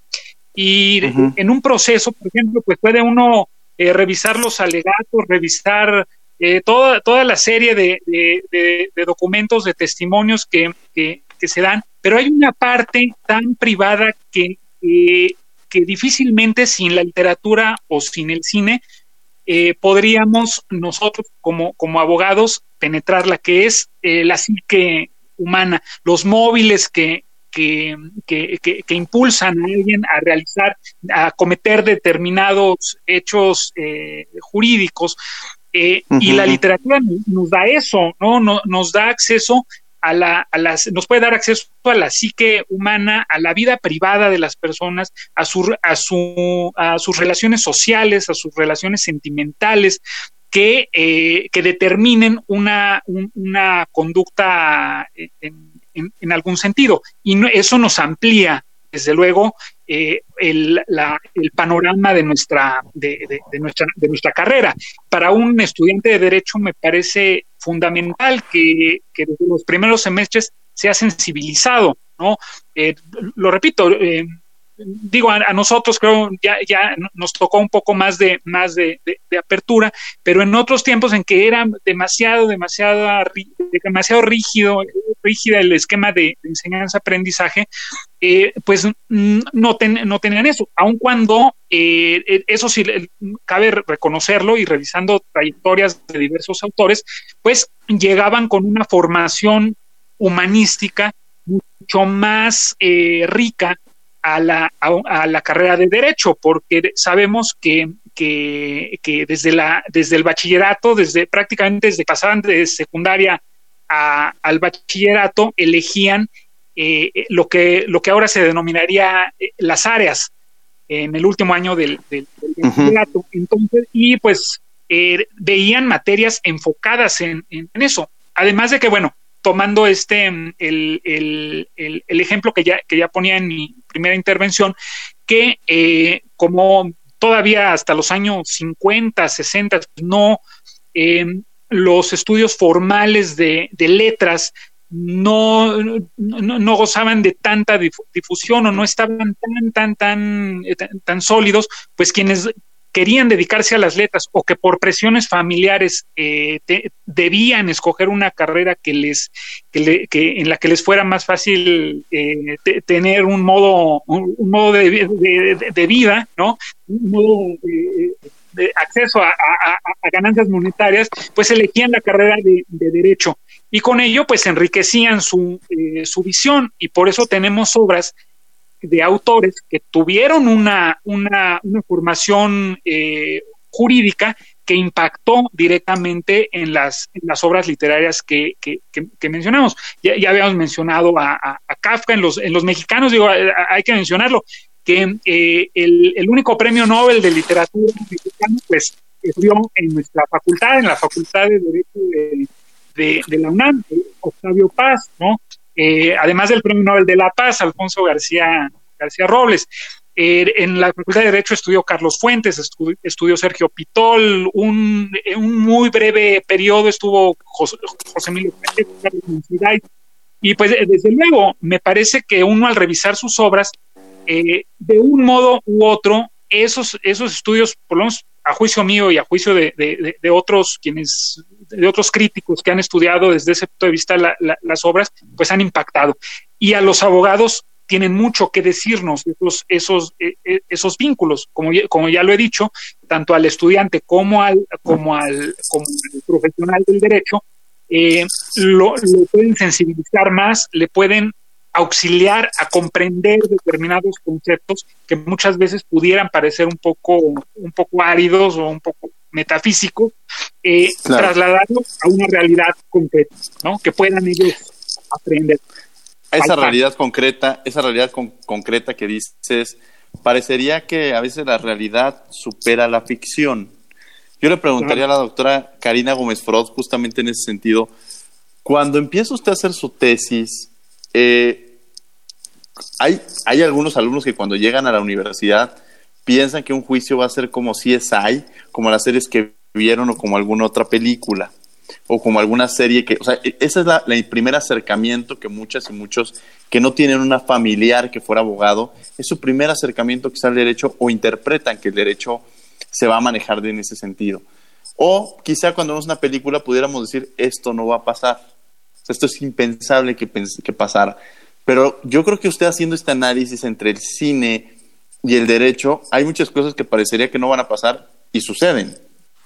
Speaker 11: Y uh-huh. en un proceso, por ejemplo, pues puede uno eh, revisar los alegatos, revisar eh, toda, toda la serie de, de, de, de documentos, de testimonios que, que, que se dan, pero hay una parte tan privada que eh, que difícilmente sin la literatura o sin el cine eh, podríamos nosotros como, como abogados penetrarla, que es eh, la psique humana, los móviles que, que, que, que, que impulsan a alguien a realizar, a cometer determinados hechos eh, jurídicos, eh, uh-huh. y la literatura nos da eso, ¿no? Nos, nos da acceso A la, a las, nos puede dar acceso a la psique humana, a la vida privada de las personas, a, su, a, su, a sus relaciones sociales, a sus relaciones sentimentales, que, eh, que determinen una, un, una conducta en, en, en algún sentido. Y no, eso nos amplía, desde luego, eh, el, la, el panorama de nuestra, de, de, de, nuestra, de nuestra carrera. Para un estudiante de Derecho me parece fundamental que, que desde los primeros semestres se ha sensibilizado, ¿no? Eh, lo repito, eh, digo, a, a nosotros creo ya, ya nos tocó un poco más de, más de, de, de apertura, pero en otros tiempos en que era demasiado, demasiado, demasiado rígido, rígida el esquema de, de enseñanza-aprendizaje, eh, pues no, ten, no tenían eso, aun cuando eh, eso sí cabe reconocerlo, y revisando trayectorias de diversos autores, pues llegaban con una formación humanística mucho más eh, rica a la, a, a la carrera de Derecho, porque sabemos que, que, que desde, la, desde el bachillerato, desde prácticamente desde que pasaban de secundaria a, al bachillerato, elegían eh, lo, que, lo que ahora se denominaría eh, las áreas en el último año del, del, del bachillerato. Uh-huh. Entonces, y pues eh, veían materias enfocadas en, en, en eso. Además de que, bueno, tomando este el, el, el, el ejemplo que ya, que ya ponía en mi primera intervención, que eh, como todavía hasta los años cincuenta, sesenta, no, eh, los estudios formales de, de letras no, no, no gozaban de tanta difusión, o no estaban tan, tan, tan, tan, tan sólidos, pues quienes querían dedicarse a las letras, o que por presiones familiares eh, te, debían escoger una carrera que les que, le, que en la que les fuera más fácil eh, te, tener un modo un, un modo de, de, de, de vida, ¿no? Un modo de, de acceso a, a, a ganancias monetarias, pues elegían la carrera de, de Derecho, y con ello pues enriquecían su, eh, su visión, y por eso tenemos obras de autores que tuvieron una, una, una formación eh, jurídica que impactó directamente en las, en las obras literarias que, que, que, que mencionamos. Ya, ya habíamos mencionado a, a, a Kafka. En los, en los mexicanos, digo, hay que mencionarlo, que eh, el, el único premio Nobel de literatura mexicano pues estudió en nuestra facultad, en la Facultad de Derecho de, de, de la UNAM, Octavio Paz, ¿no? Eh, además del Premio Nobel de la Paz, Alfonso García, García Robles. Eh, en la Facultad de Derecho estudió Carlos Fuentes, estudió, estudió Sergio Pitol, un, un muy breve periodo estuvo José, José Emilio Pérez, y pues desde luego me parece que uno al revisar sus obras, eh, de un modo u otro, esos, esos estudios, por lo menos a juicio mío y a juicio de, de, de, de otros quienes de otros críticos que han estudiado desde ese punto de vista la, la, las obras, pues han impactado. Y a los abogados tienen mucho que decirnos esos, esos, eh, esos vínculos, como ya, como ya lo he dicho, tanto al estudiante como al, como al, como al profesional del derecho, eh, lo, lo pueden sensibilizar más, le pueden auxiliar a comprender determinados conceptos que muchas veces pudieran parecer un poco, un poco áridos o un poco metafísicos, eh, claro. trasladarlos a una realidad concreta, ¿no? Que puedan ellos aprender.
Speaker 5: Esa realidad concreta, esa realidad con, concreta que dices, parecería que a veces la realidad supera la ficción. Yo le preguntaría claro. a la doctora Karina Gómez Frot, justamente en ese sentido, cuando empieza usted a hacer su tesis, eh, hay, hay algunos alumnos que cuando llegan a la universidad piensan que un juicio va a ser como C S I, como las series que vieron o como alguna otra película o como alguna serie que, o sea, ese es la, la, el primer acercamiento que muchas y muchos que no tienen una familiar que fuera abogado, es su primer acercamiento quizá al derecho, o interpretan que el derecho se va a manejar de en ese sentido. O quizá cuando vemos una película pudiéramos decir, esto no va a pasar, o sea, esto es impensable que, que pasara. Pero yo creo que usted haciendo este análisis entre el cine y el derecho, hay muchas cosas que parecería que no van a pasar y suceden.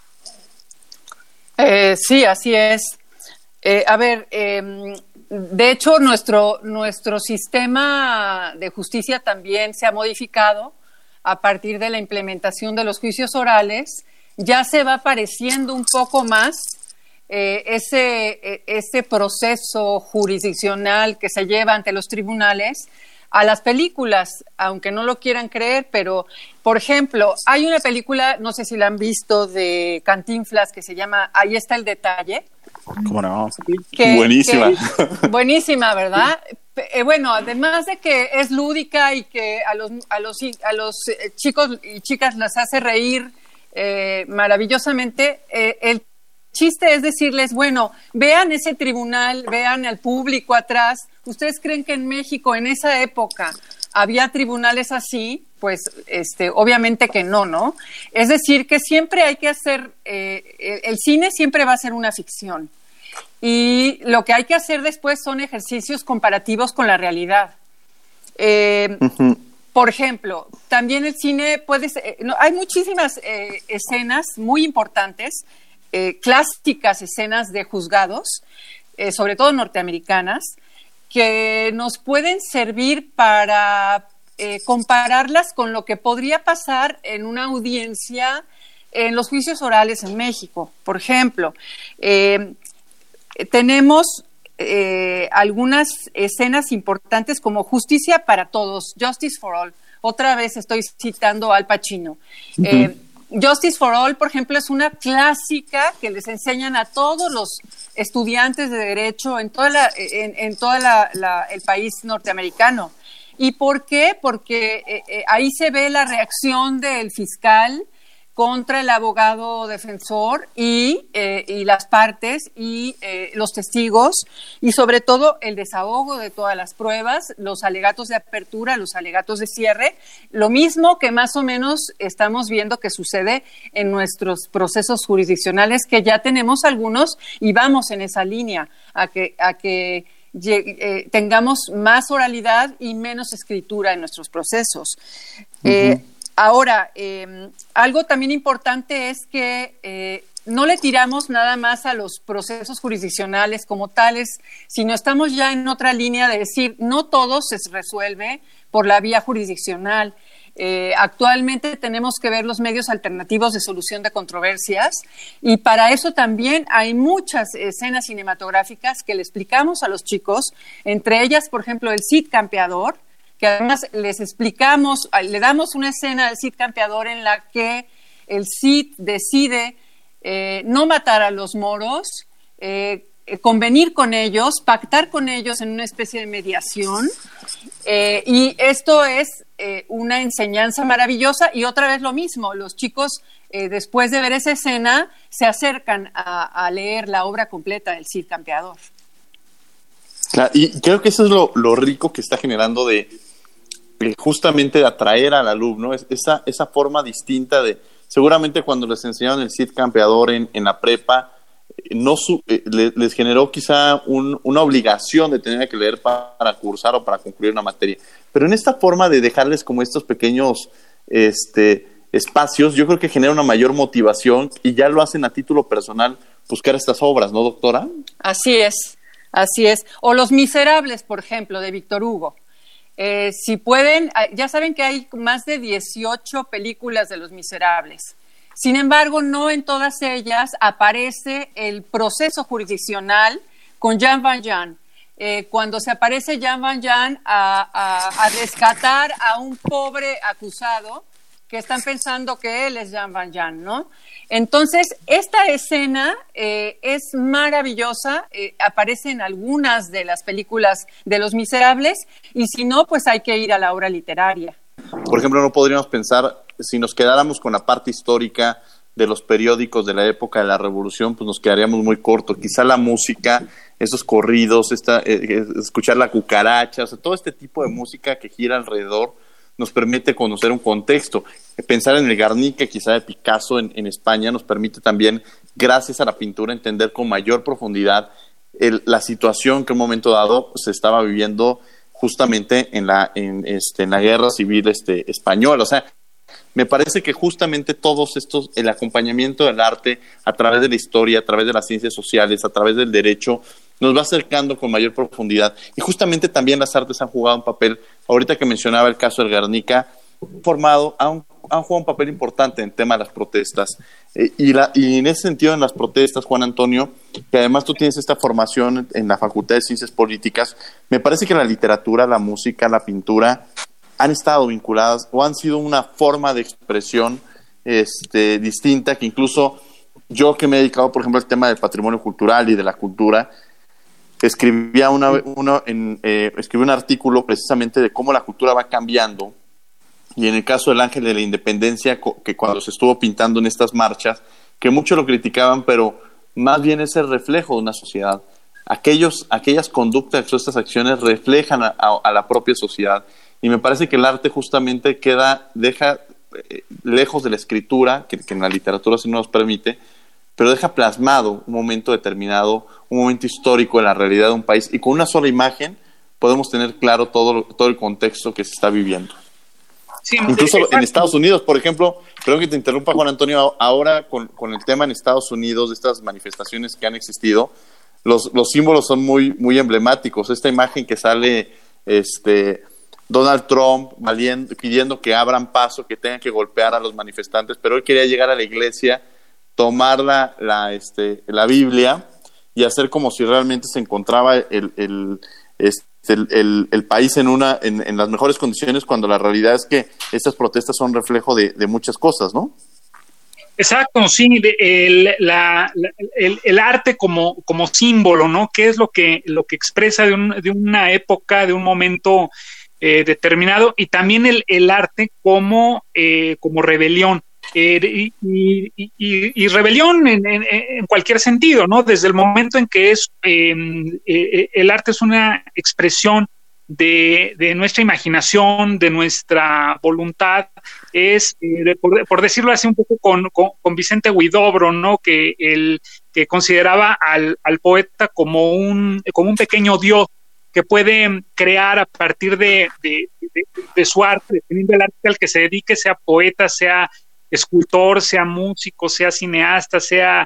Speaker 10: Eh, sí, así es. Eh, a ver, eh, de hecho, nuestro, nuestro sistema de justicia también se ha modificado a partir de la implementación de los juicios orales. Ya se va pareciendo un poco más eh, ese, ese proceso jurisdiccional que se lleva ante los tribunales a las películas, aunque no lo quieran creer, pero, por ejemplo, hay una película, no sé si la han visto, de Cantinflas, que se llama Ahí está el detalle.
Speaker 12: ¿Cómo no?
Speaker 10: Que,
Speaker 12: buenísima.
Speaker 10: Que, buenísima, ¿verdad? Eh, bueno, además de que es lúdica y que a los, a los, a los chicos y chicas las hace reír eh, maravillosamente, eh, el chiste es decirles, bueno, vean ese tribunal, vean al público atrás. ¿Ustedes creen que en México, en esa época, ¿había tribunales así? Pues este, obviamente que no, ¿no? Es decir, que siempre hay que hacer, eh, el, el cine siempre va a ser una ficción. Y lo que hay que hacer después son ejercicios comparativos con la realidad. Eh, uh-huh. Por ejemplo, también el cine puede ser, no, hay muchísimas eh, escenas muy importantes, eh, clásicas escenas de juzgados, eh, sobre todo norteamericanas, que nos pueden servir para eh, compararlas con lo que podría pasar en una audiencia en los juicios orales en México. Por ejemplo, eh, tenemos eh, algunas escenas importantes como Justicia para Todos, Justice for All. Otra vez estoy citando a Al Pacino. Uh-huh. Eh, Justice for All, por ejemplo, es una clásica que les enseñan a todos los estudiantes de derecho en toda la, en, en toda la, la, el país norteamericano. ¿Y por qué? Porque eh, eh, ahí se ve la reacción del fiscal contra el abogado defensor y, eh, y las partes y eh, los testigos, y sobre todo el desahogo de todas las pruebas, los alegatos de apertura, los alegatos de cierre, lo mismo que más o menos estamos viendo que sucede en nuestros procesos jurisdiccionales, que ya tenemos algunos y vamos en esa línea, a que, a que eh, tengamos más oralidad y menos escritura en nuestros procesos. Uh-huh. Eh, Ahora, eh, algo también importante es que eh, no le tiramos nada más a los procesos jurisdiccionales como tales, sino estamos ya en otra línea de decir, no todo se resuelve por la vía jurisdiccional. Eh, actualmente tenemos que ver los medios alternativos de solución de controversias, y para eso también hay muchas escenas cinematográficas que le explicamos a los chicos, entre ellas, por ejemplo, el Cid Campeador, que además les explicamos, le damos una escena del Cid Campeador en la que el Cid decide eh, no matar a los moros, eh, convenir con ellos, pactar con ellos en una especie de mediación, eh, y esto es eh, una enseñanza maravillosa. Y otra vez lo mismo, los chicos eh, después de ver esa escena se acercan a, a leer la obra completa del Cid Campeador.
Speaker 5: Claro, y creo que eso es lo, lo rico que está generando de justamente de atraer al alumno, es esa, esa forma distinta de, seguramente cuando les enseñaron el Cid Campeador en, en la prepa, no su, eh, les, les generó quizá un, una obligación de tener que leer para, para cursar o para concluir una materia, pero en esta forma de dejarles como estos pequeños este, espacios, yo creo que genera una mayor motivación y ya lo hacen a título personal buscar estas obras, ¿no, doctora?
Speaker 10: Así es, así es. O Los Miserables, por ejemplo, de Víctor Hugo. Eh, si pueden, ya saben que hay más de dieciocho películas de Los Miserables. Sin embargo, no en todas ellas aparece el proceso jurisdiccional con Jean Valjean. Eh, cuando se aparece Jean Valjean a, a, a rescatar a un pobre acusado, que están pensando que él es Jean Valjean, ¿no? Entonces, esta escena eh, es maravillosa, eh, aparece en algunas de las películas de Los Miserables, y si no, pues hay que ir a la obra literaria.
Speaker 5: Por ejemplo, no podríamos pensar, si nos quedáramos con la parte histórica de los periódicos de la época de la Revolución, pues nos quedaríamos muy cortos. Quizá la música, esos corridos, esta, eh, escuchar la cucaracha, o sea, todo este tipo de música que gira alrededor, nos permite conocer un contexto. Pensar en el Guernica, quizá de Picasso en, en España, nos permite también, gracias a la pintura, entender con mayor profundidad el, la situación que en un momento dado se estaba viviendo justamente en la, en, este, en la guerra civil este, española. O sea, me parece que justamente todos estos, el acompañamiento del arte a través de la historia, a través de las ciencias sociales, a través del derecho, nos va acercando con mayor profundidad. Y justamente también las artes han jugado un papel, ahorita que mencionaba el caso del Guernica, formado, han, han jugado un papel importante en el tema de las protestas. Eh, y, la, y en ese sentido, en las protestas, Juan Antonio, que además tú tienes esta formación en la Facultad de Ciencias Políticas, me parece que la literatura, la música, la pintura han estado vinculadas o han sido una forma de expresión este, distinta, que incluso yo, que me he dedicado, por ejemplo, al tema del patrimonio cultural y de la cultura, escribía una, una en, eh, escribí un artículo precisamente de cómo la cultura va cambiando, y en el caso del Ángel de la Independencia, que cuando se estuvo pintando en estas marchas, que muchos lo criticaban, pero más bien es el reflejo de una sociedad. Aquellos, aquellas conductas, estas acciones reflejan a, a, a la propia sociedad, y me parece que el arte justamente queda, deja eh, lejos de la escritura, que, que en la literatura sí nos permite, pero deja plasmado un momento determinado, un momento histórico en la realidad de un país, y con una sola imagen podemos tener claro todo, todo el contexto que se está viviendo. Sí, incluso exacto. En Estados Unidos, por ejemplo, creo que te interrumpa, Juan Antonio, ahora con, con el tema en Estados Unidos, de estas manifestaciones que han existido, los, los símbolos son muy, muy emblemáticos. Esta imagen que sale este, Donald Trump valiendo, pidiendo que abran paso, que tengan que golpear a los manifestantes, pero él quería llegar a la iglesia, tomar la, la, este, la Biblia y hacer como si realmente se encontraba el, el, este, el, el, el país en, una, en, en las mejores condiciones, cuando la realidad es que estas protestas son reflejo de, de muchas cosas, ¿no?
Speaker 11: Exacto, sí, el, la, el, el arte como, como símbolo, ¿no? ¿Qué es lo que, lo que expresa de, un, de una época, de un momento eh, determinado? Y también el, el arte como, eh, como rebelión. Eh, y, y, y, y rebelión en, en, en cualquier sentido, ¿no? Desde el momento en que es eh, eh, el arte es una expresión de, de nuestra imaginación, de nuestra voluntad, es, eh, de, por, por decirlo así un poco con, con, con Vicente Huidobro, ¿no? Que, el, que consideraba al, al poeta como un, como un pequeño dios que puede crear a partir de, de, de, de su arte, dependiendo del arte al que se dedique, sea poeta, sea escultor, sea músico, sea cineasta, sea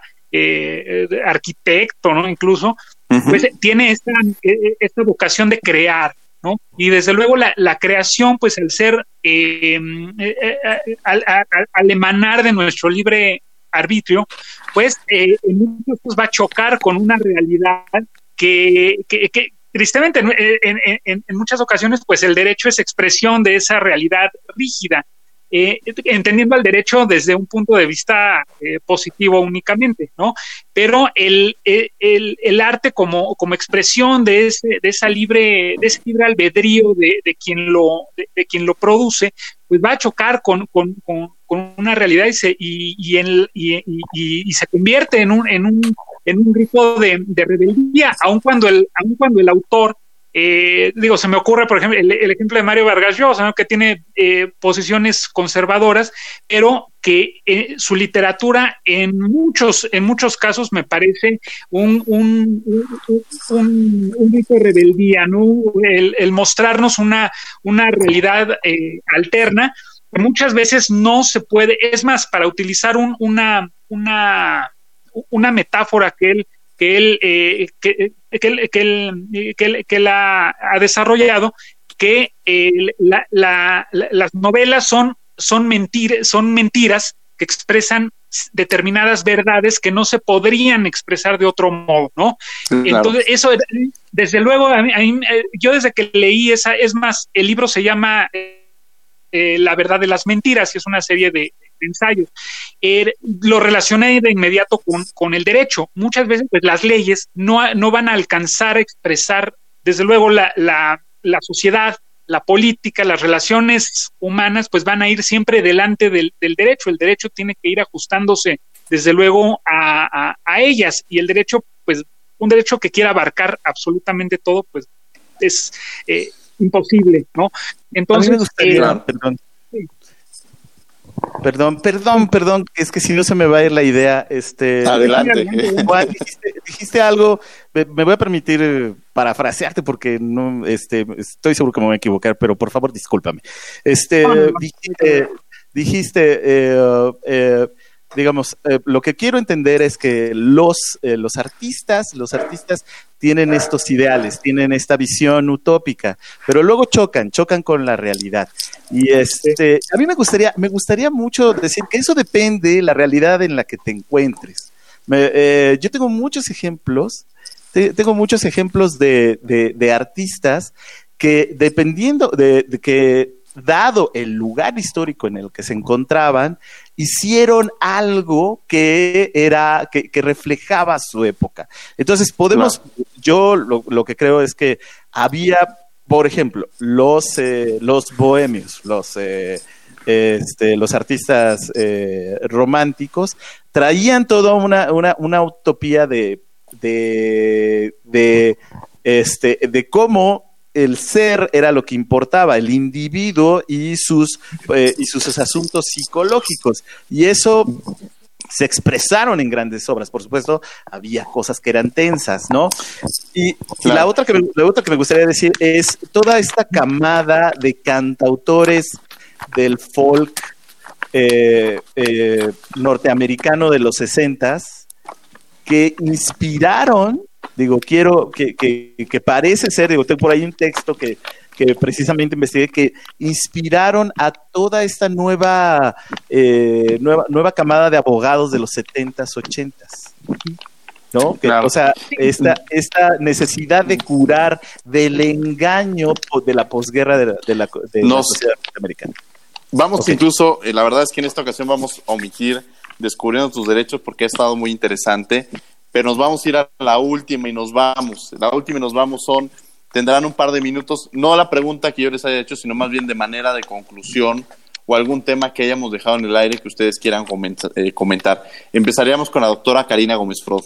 Speaker 11: eh, arquitecto, ¿no? Incluso, uh-huh. Pues tiene esta, esta vocación de crear, ¿no? Y desde luego la, la creación, pues al ser, eh, eh, al, al, al emanar de nuestro libre arbitrio, pues eh, en muchos casos va a chocar con una realidad que, que, que tristemente en, en, en, en muchas ocasiones, pues el derecho es expresión de esa realidad rígida. Eh, entendiendo al derecho desde un punto de vista eh, positivo únicamente, ¿no? Pero el, el, el arte como, como expresión de ese, de esa libre, de ese libre albedrío de, de quien lo, de, de quien lo produce, pues va a chocar con, con, con, con una realidad y se, y, y, en, y, y, y se convierte en un, en un, en un grito de, de rebeldía, aun cuando el, aun cuando el autor Eh, digo, se me ocurre, por ejemplo, el, el ejemplo de Mario Vargas Llosa, ¿no? Que tiene eh, posiciones conservadoras, pero que eh, su literatura en muchos, en muchos casos me parece un, un, un, un, un grito de rebeldía, ¿no? El, el mostrarnos una, una realidad eh, alterna, que muchas veces no se puede, es más, para utilizar un, una, una, una metáfora que él que él, eh, que, que, él, que, él, que, él, que él ha, ha desarrollado, que eh, la, la, la, las novelas son, son, mentir, son mentiras que expresan determinadas verdades que no se podrían expresar de otro modo, ¿no? Claro. Entonces, eso, desde luego, a mí, a mí, yo desde que leí esa, es más, el libro se llama eh, La verdad de las mentiras, y es una serie de ensayos, eh, lo relacioné de inmediato con, con el derecho. Muchas veces pues, las leyes no, no van a alcanzar a expresar, desde luego, la, la, la sociedad, la política, las relaciones humanas, pues van a ir siempre delante del, del derecho. El derecho tiene que ir ajustándose, desde luego, a, a, a ellas, y el derecho, pues, un derecho que quiera abarcar absolutamente todo, pues, es eh, imposible, ¿no? Entonces,
Speaker 12: a mí me gustaría,
Speaker 11: eh,
Speaker 12: perdón. Perdón, perdón, perdón, es que si no se me va a ir la idea. Este,
Speaker 5: adelante.
Speaker 12: Juan, dijiste, dijiste algo, me, me voy a permitir eh, parafrasearte porque no, este, estoy seguro que me voy a equivocar, pero por favor discúlpame. Este, no, no, no. dijiste, dijiste eh, eh, digamos, eh, lo que quiero entender es que los, eh, los artistas, los artistas tienen estos ideales, tienen esta visión utópica, pero luego chocan, chocan con la realidad. Y este, a mí me gustaría, me gustaría mucho decir que eso depende de la realidad en la que te encuentres. Me, eh, yo tengo muchos ejemplos, te, tengo muchos ejemplos de, de, de artistas que dependiendo de, de que, dado el lugar histórico en el que se encontraban, hicieron algo que era, que, que reflejaba su época. Entonces podemos, claro. yo lo, lo que creo es que había, por ejemplo, los, eh, los bohemios, los, eh, este, los artistas eh, románticos, traían toda una, una, una utopía de, de, de, este, de cómo el ser era lo que importaba, el individuo y sus, eh, y sus asuntos psicológicos. Y eso se expresaron en grandes obras. Por supuesto, había cosas que eran tensas, ¿no? Y, y la, otra que me, la otra que me gustaría decir es toda esta camada de cantautores del folk eh, eh, norteamericano de los sesentas que inspiraron. Digo, quiero que, que, que parece ser, digo, tengo por ahí un texto que, que precisamente investigué, que inspiraron a toda esta nueva, eh, nueva, nueva camada de abogados de los setentas, ochentas, ¿no? Que, claro. O sea, esta, esta necesidad de curar del engaño de la posguerra de la, de la, de
Speaker 5: Nos,
Speaker 12: la sociedad norteamericana.
Speaker 5: Vamos
Speaker 12: okay.
Speaker 5: incluso, eh, la verdad es que en esta ocasión vamos a omitir Descubriendo tus derechos porque ha estado muy interesante. Pero nos vamos a ir a la última y nos vamos. La última y nos vamos son, tendrán un par de minutos, no la pregunta que yo les haya hecho, sino más bien de manera de conclusión o algún tema que hayamos dejado en el aire que ustedes quieran comentar. Eh, comentar. Empezaríamos con la doctora Karina Gómez Frod.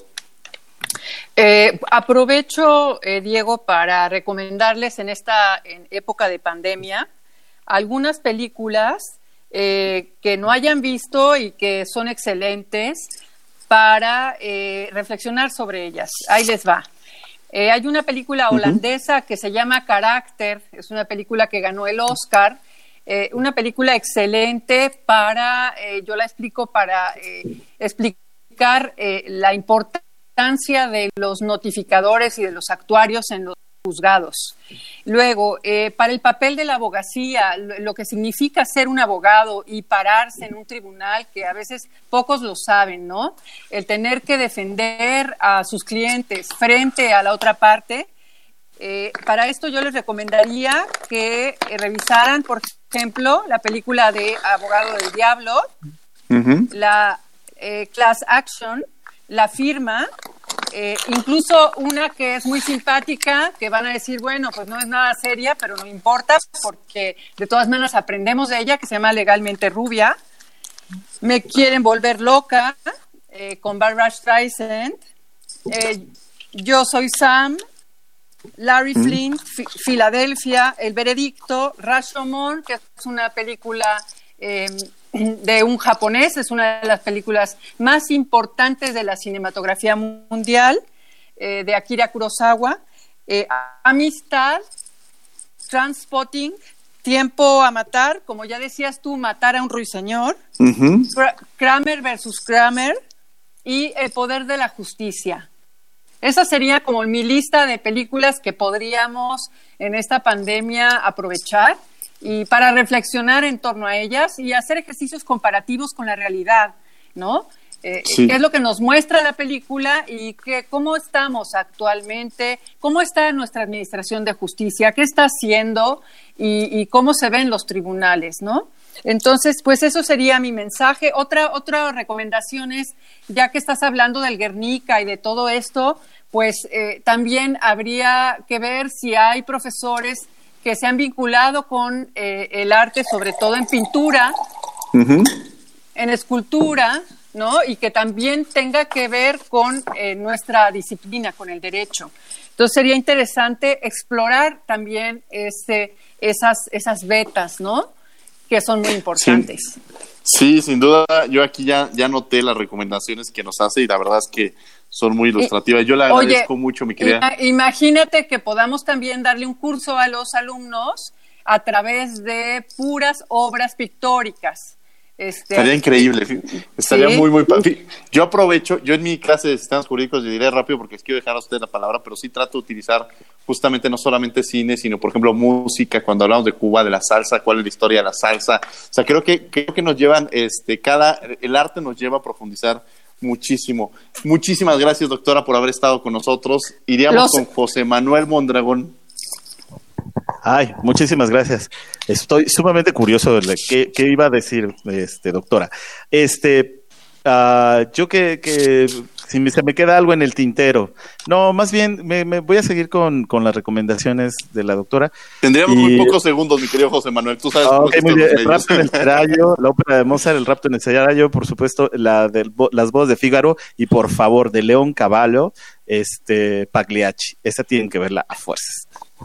Speaker 10: Eh, aprovecho, eh, Diego, para recomendarles en esta en época de pandemia algunas películas eh, que no hayan visto y que son excelentes para eh, reflexionar sobre ellas. Ahí les va. Eh, hay una película holandesa uh-huh. que se llama Karakter, es una película que ganó el Oscar, eh, una película excelente para, eh, yo la explico para eh, explicar eh, la importancia de los notificadores y de los actuarios en los juzgados. Luego, eh, para el papel de la abogacía, lo, lo que significa ser un abogado y pararse en un tribunal, que a veces pocos lo saben, ¿no? El tener que defender a sus clientes frente a la otra parte. Eh, para esto yo les recomendaría que eh, revisaran, por ejemplo, la película de Abogado del Diablo, uh-huh. la eh, Class Action, La Firma, Eh, incluso una que es muy simpática, que van a decir, bueno, pues no es nada seria, pero no importa, porque de todas maneras aprendemos de ella, que se llama Legalmente Rubia. Me quieren volver loca, eh, con Barbra Streisand. Eh, Yo soy Sam, Larry mm. Flynn, F- Filadelfia, El Veredicto, Rashomon, que es una película eh, de un japonés, es una de las películas más importantes de la cinematografía mundial, eh, de Akira Kurosawa, eh, Amistad, Trainspotting, Tiempo a Matar, como ya decías tú, Matar a un ruiseñor, uh-huh. Kramer versus Kramer y El Poder de la Justicia. Esa sería como mi lista de películas que podríamos en esta pandemia aprovechar y para reflexionar en torno a ellas y hacer ejercicios comparativos con la realidad, ¿no? Eh, sí. ¿Qué es lo que nos muestra la película y que, cómo estamos actualmente? ¿Cómo está nuestra administración de justicia? ¿Qué está haciendo? Y, y cómo se ven los tribunales, ¿no? Entonces, pues eso sería mi mensaje. Otra, otra recomendación es, ya que estás hablando del Guernica y de todo esto, pues eh, también habría que ver si hay profesores que se han vinculado con eh, el arte, sobre todo en pintura, uh-huh. en escultura, ¿no? Y que también tenga que ver con eh, nuestra disciplina, con el derecho. Entonces sería interesante explorar también ese, esas, esas vetas, ¿no? Que son muy importantes.
Speaker 5: Sí. Sí, sin duda, yo aquí ya, ya noté las recomendaciones que nos hace y la verdad es que son muy ilustrativas. Yo le agradezco Oye, mucho, mi querida.
Speaker 10: Imagínate que podamos también darle un curso a los alumnos a través de puras obras pictóricas. Este,
Speaker 5: Estaría increíble, estaría ¿sí? muy, muy... Yo aprovecho, yo en mi clase de sistemas jurídicos, le diré rápido porque quiero dejar a usted la palabra, pero sí trato de utilizar justamente no solamente cine, sino por ejemplo música, cuando hablamos de Cuba, de la salsa, cuál es la historia de la salsa. O sea, creo que, creo que nos llevan, este, cada, el arte nos lleva a profundizar muchísimo. Muchísimas gracias, doctora, por haber estado con nosotros. Iríamos Los... con José Manuel Mondragón.
Speaker 12: Ay, muchísimas gracias. Estoy sumamente curioso de qué, qué iba a decir, este, doctora. Este, uh, yo que, que si me, se me queda algo en el tintero. No, más bien me, me voy a seguir con, con las recomendaciones de la doctora.
Speaker 5: Tendríamos y... muy pocos segundos, mi querido José Manuel. Tú sabes.
Speaker 12: Okay, muy bien. El rapto en el Seraglio, la ópera de Mozart, El rapto en el Seraglio, por supuesto, la de Las bodas de Fígaro y por favor de León Cavallo, este, Pagliacci. Esa tienen que verla a fuerzas.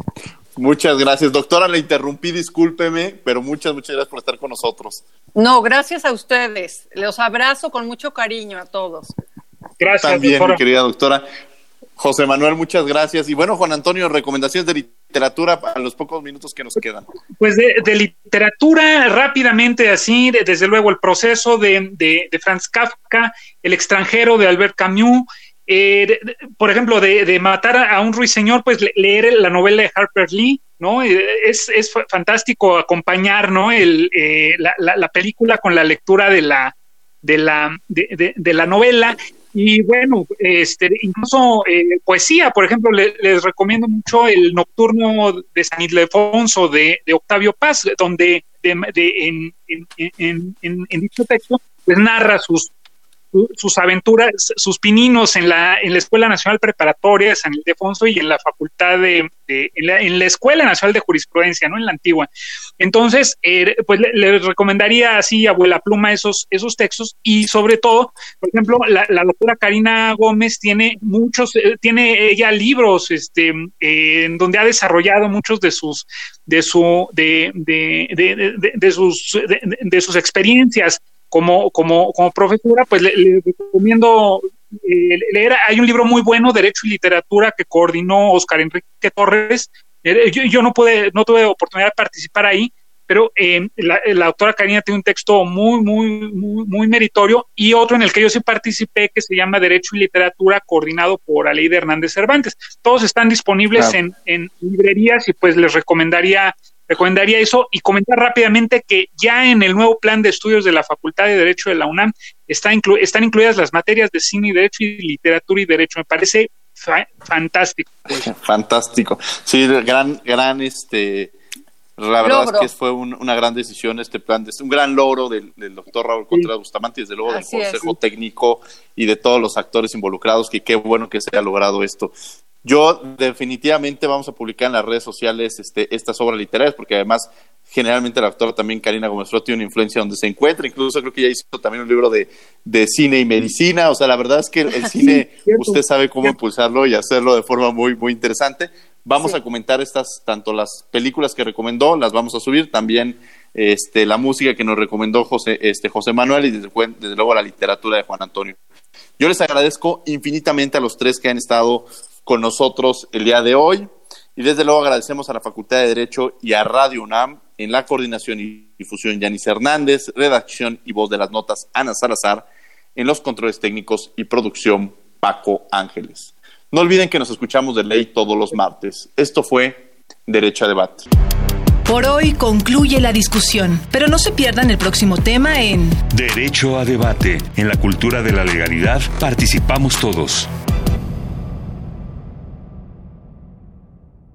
Speaker 5: Muchas gracias. Doctora, le interrumpí, discúlpeme, pero muchas, muchas gracias por estar con nosotros.
Speaker 10: No, gracias a ustedes. Los abrazo con mucho cariño a todos.
Speaker 11: Gracias,
Speaker 5: También,
Speaker 11: doctora.
Speaker 5: mi querida doctora. José Manuel, muchas gracias. Y bueno, Juan Antonio, recomendaciones de literatura a los pocos minutos que nos quedan.
Speaker 11: Pues de, de literatura, rápidamente así, de, desde luego el proceso de, de, de Franz Kafka, El extranjero de Albert Camus, eh, de, de, por ejemplo, de, de Matar a un ruiseñor, pues le, leer la novela de Harper Lee, ¿no? Es, es fantástico acompañar, ¿no? El, eh, la, la, la película con la lectura de la, de la, de, de, de la novela. Y bueno, este, incluso eh, poesía, por ejemplo, le, les recomiendo mucho el Nocturno de San Ildefonso de, de Octavio Paz, donde de, de, en, en, en, en, en dicho texto pues narra sus, sus aventuras, sus pininos en la, en la Escuela Nacional Preparatoria de San Ildefonso y en la Facultad de, de en, la, en la Escuela Nacional de Jurisprudencia, ¿no? En la antigua. Entonces, eh, pues les le recomendaría así, abuela pluma, esos, esos textos, y sobre todo, por ejemplo, la, la doctora Karina Gómez tiene muchos, eh, tiene ella libros, este, eh, en donde ha desarrollado muchos de sus, de su, de, de, de, de, de, de sus, de, de sus experiencias. Como, como, como profesora, pues le, le recomiendo eh, leer. Hay un libro muy bueno, Derecho y Literatura, que coordinó Oscar Enrique Torres. Eh, yo, yo no pude, no tuve oportunidad de participar ahí, pero eh, la, la doctora Karina tiene un texto muy, muy, muy, muy meritorio, y otro en el que yo sí participé, que se llama Derecho y Literatura, coordinado por Aleida Hernández Cervantes. Todos están disponibles claro. en, en librerías, y pues les recomendaría Recomendaría eso, y comentar rápidamente que ya en el nuevo plan de estudios de la Facultad de Derecho de la UNAM está inclu- están incluidas las materias de cine y derecho y literatura y derecho. Me parece fa- fantástico.
Speaker 5: Fantástico. Sí, gran, gran, este, la verdad logro. Es que fue un, una gran decisión este plan, de, un gran logro del, del doctor Raúl Contreras sí. Bustamante, y desde luego Así del Consejo es. Técnico y de todos los actores involucrados, que qué bueno que se haya logrado esto. Yo definitivamente vamos a publicar en las redes sociales este, estas obras literarias, porque además generalmente la doctora también Karina Gómez Flor tiene una influencia donde se encuentra, incluso creo que ya hizo también un libro de, de cine y medicina. O sea, la verdad es que el, el cine, sí, usted sabe cómo impulsarlo y hacerlo de forma muy, muy interesante. Vamos sí. a comentar estas, tanto las películas que recomendó, las vamos a subir, también este, la música que nos recomendó José, este, José Manuel, y desde, desde luego la literatura de Juan Antonio. Yo les agradezco infinitamente a los tres que han estado con nosotros el día de hoy, y desde luego agradecemos a la Facultad de Derecho y a Radio UNAM, en la coordinación y difusión Yanis Hernández, redacción y voz de las notas Ana Salazar, en los controles técnicos y producción Paco Ángeles. No olviden que nos escuchamos de ley todos los martes. Esto fue Derecho a Debate.
Speaker 1: Por hoy concluye la discusión, pero no se pierdan el próximo tema en
Speaker 3: Derecho a Debate. En la cultura de la legalidad participamos todos.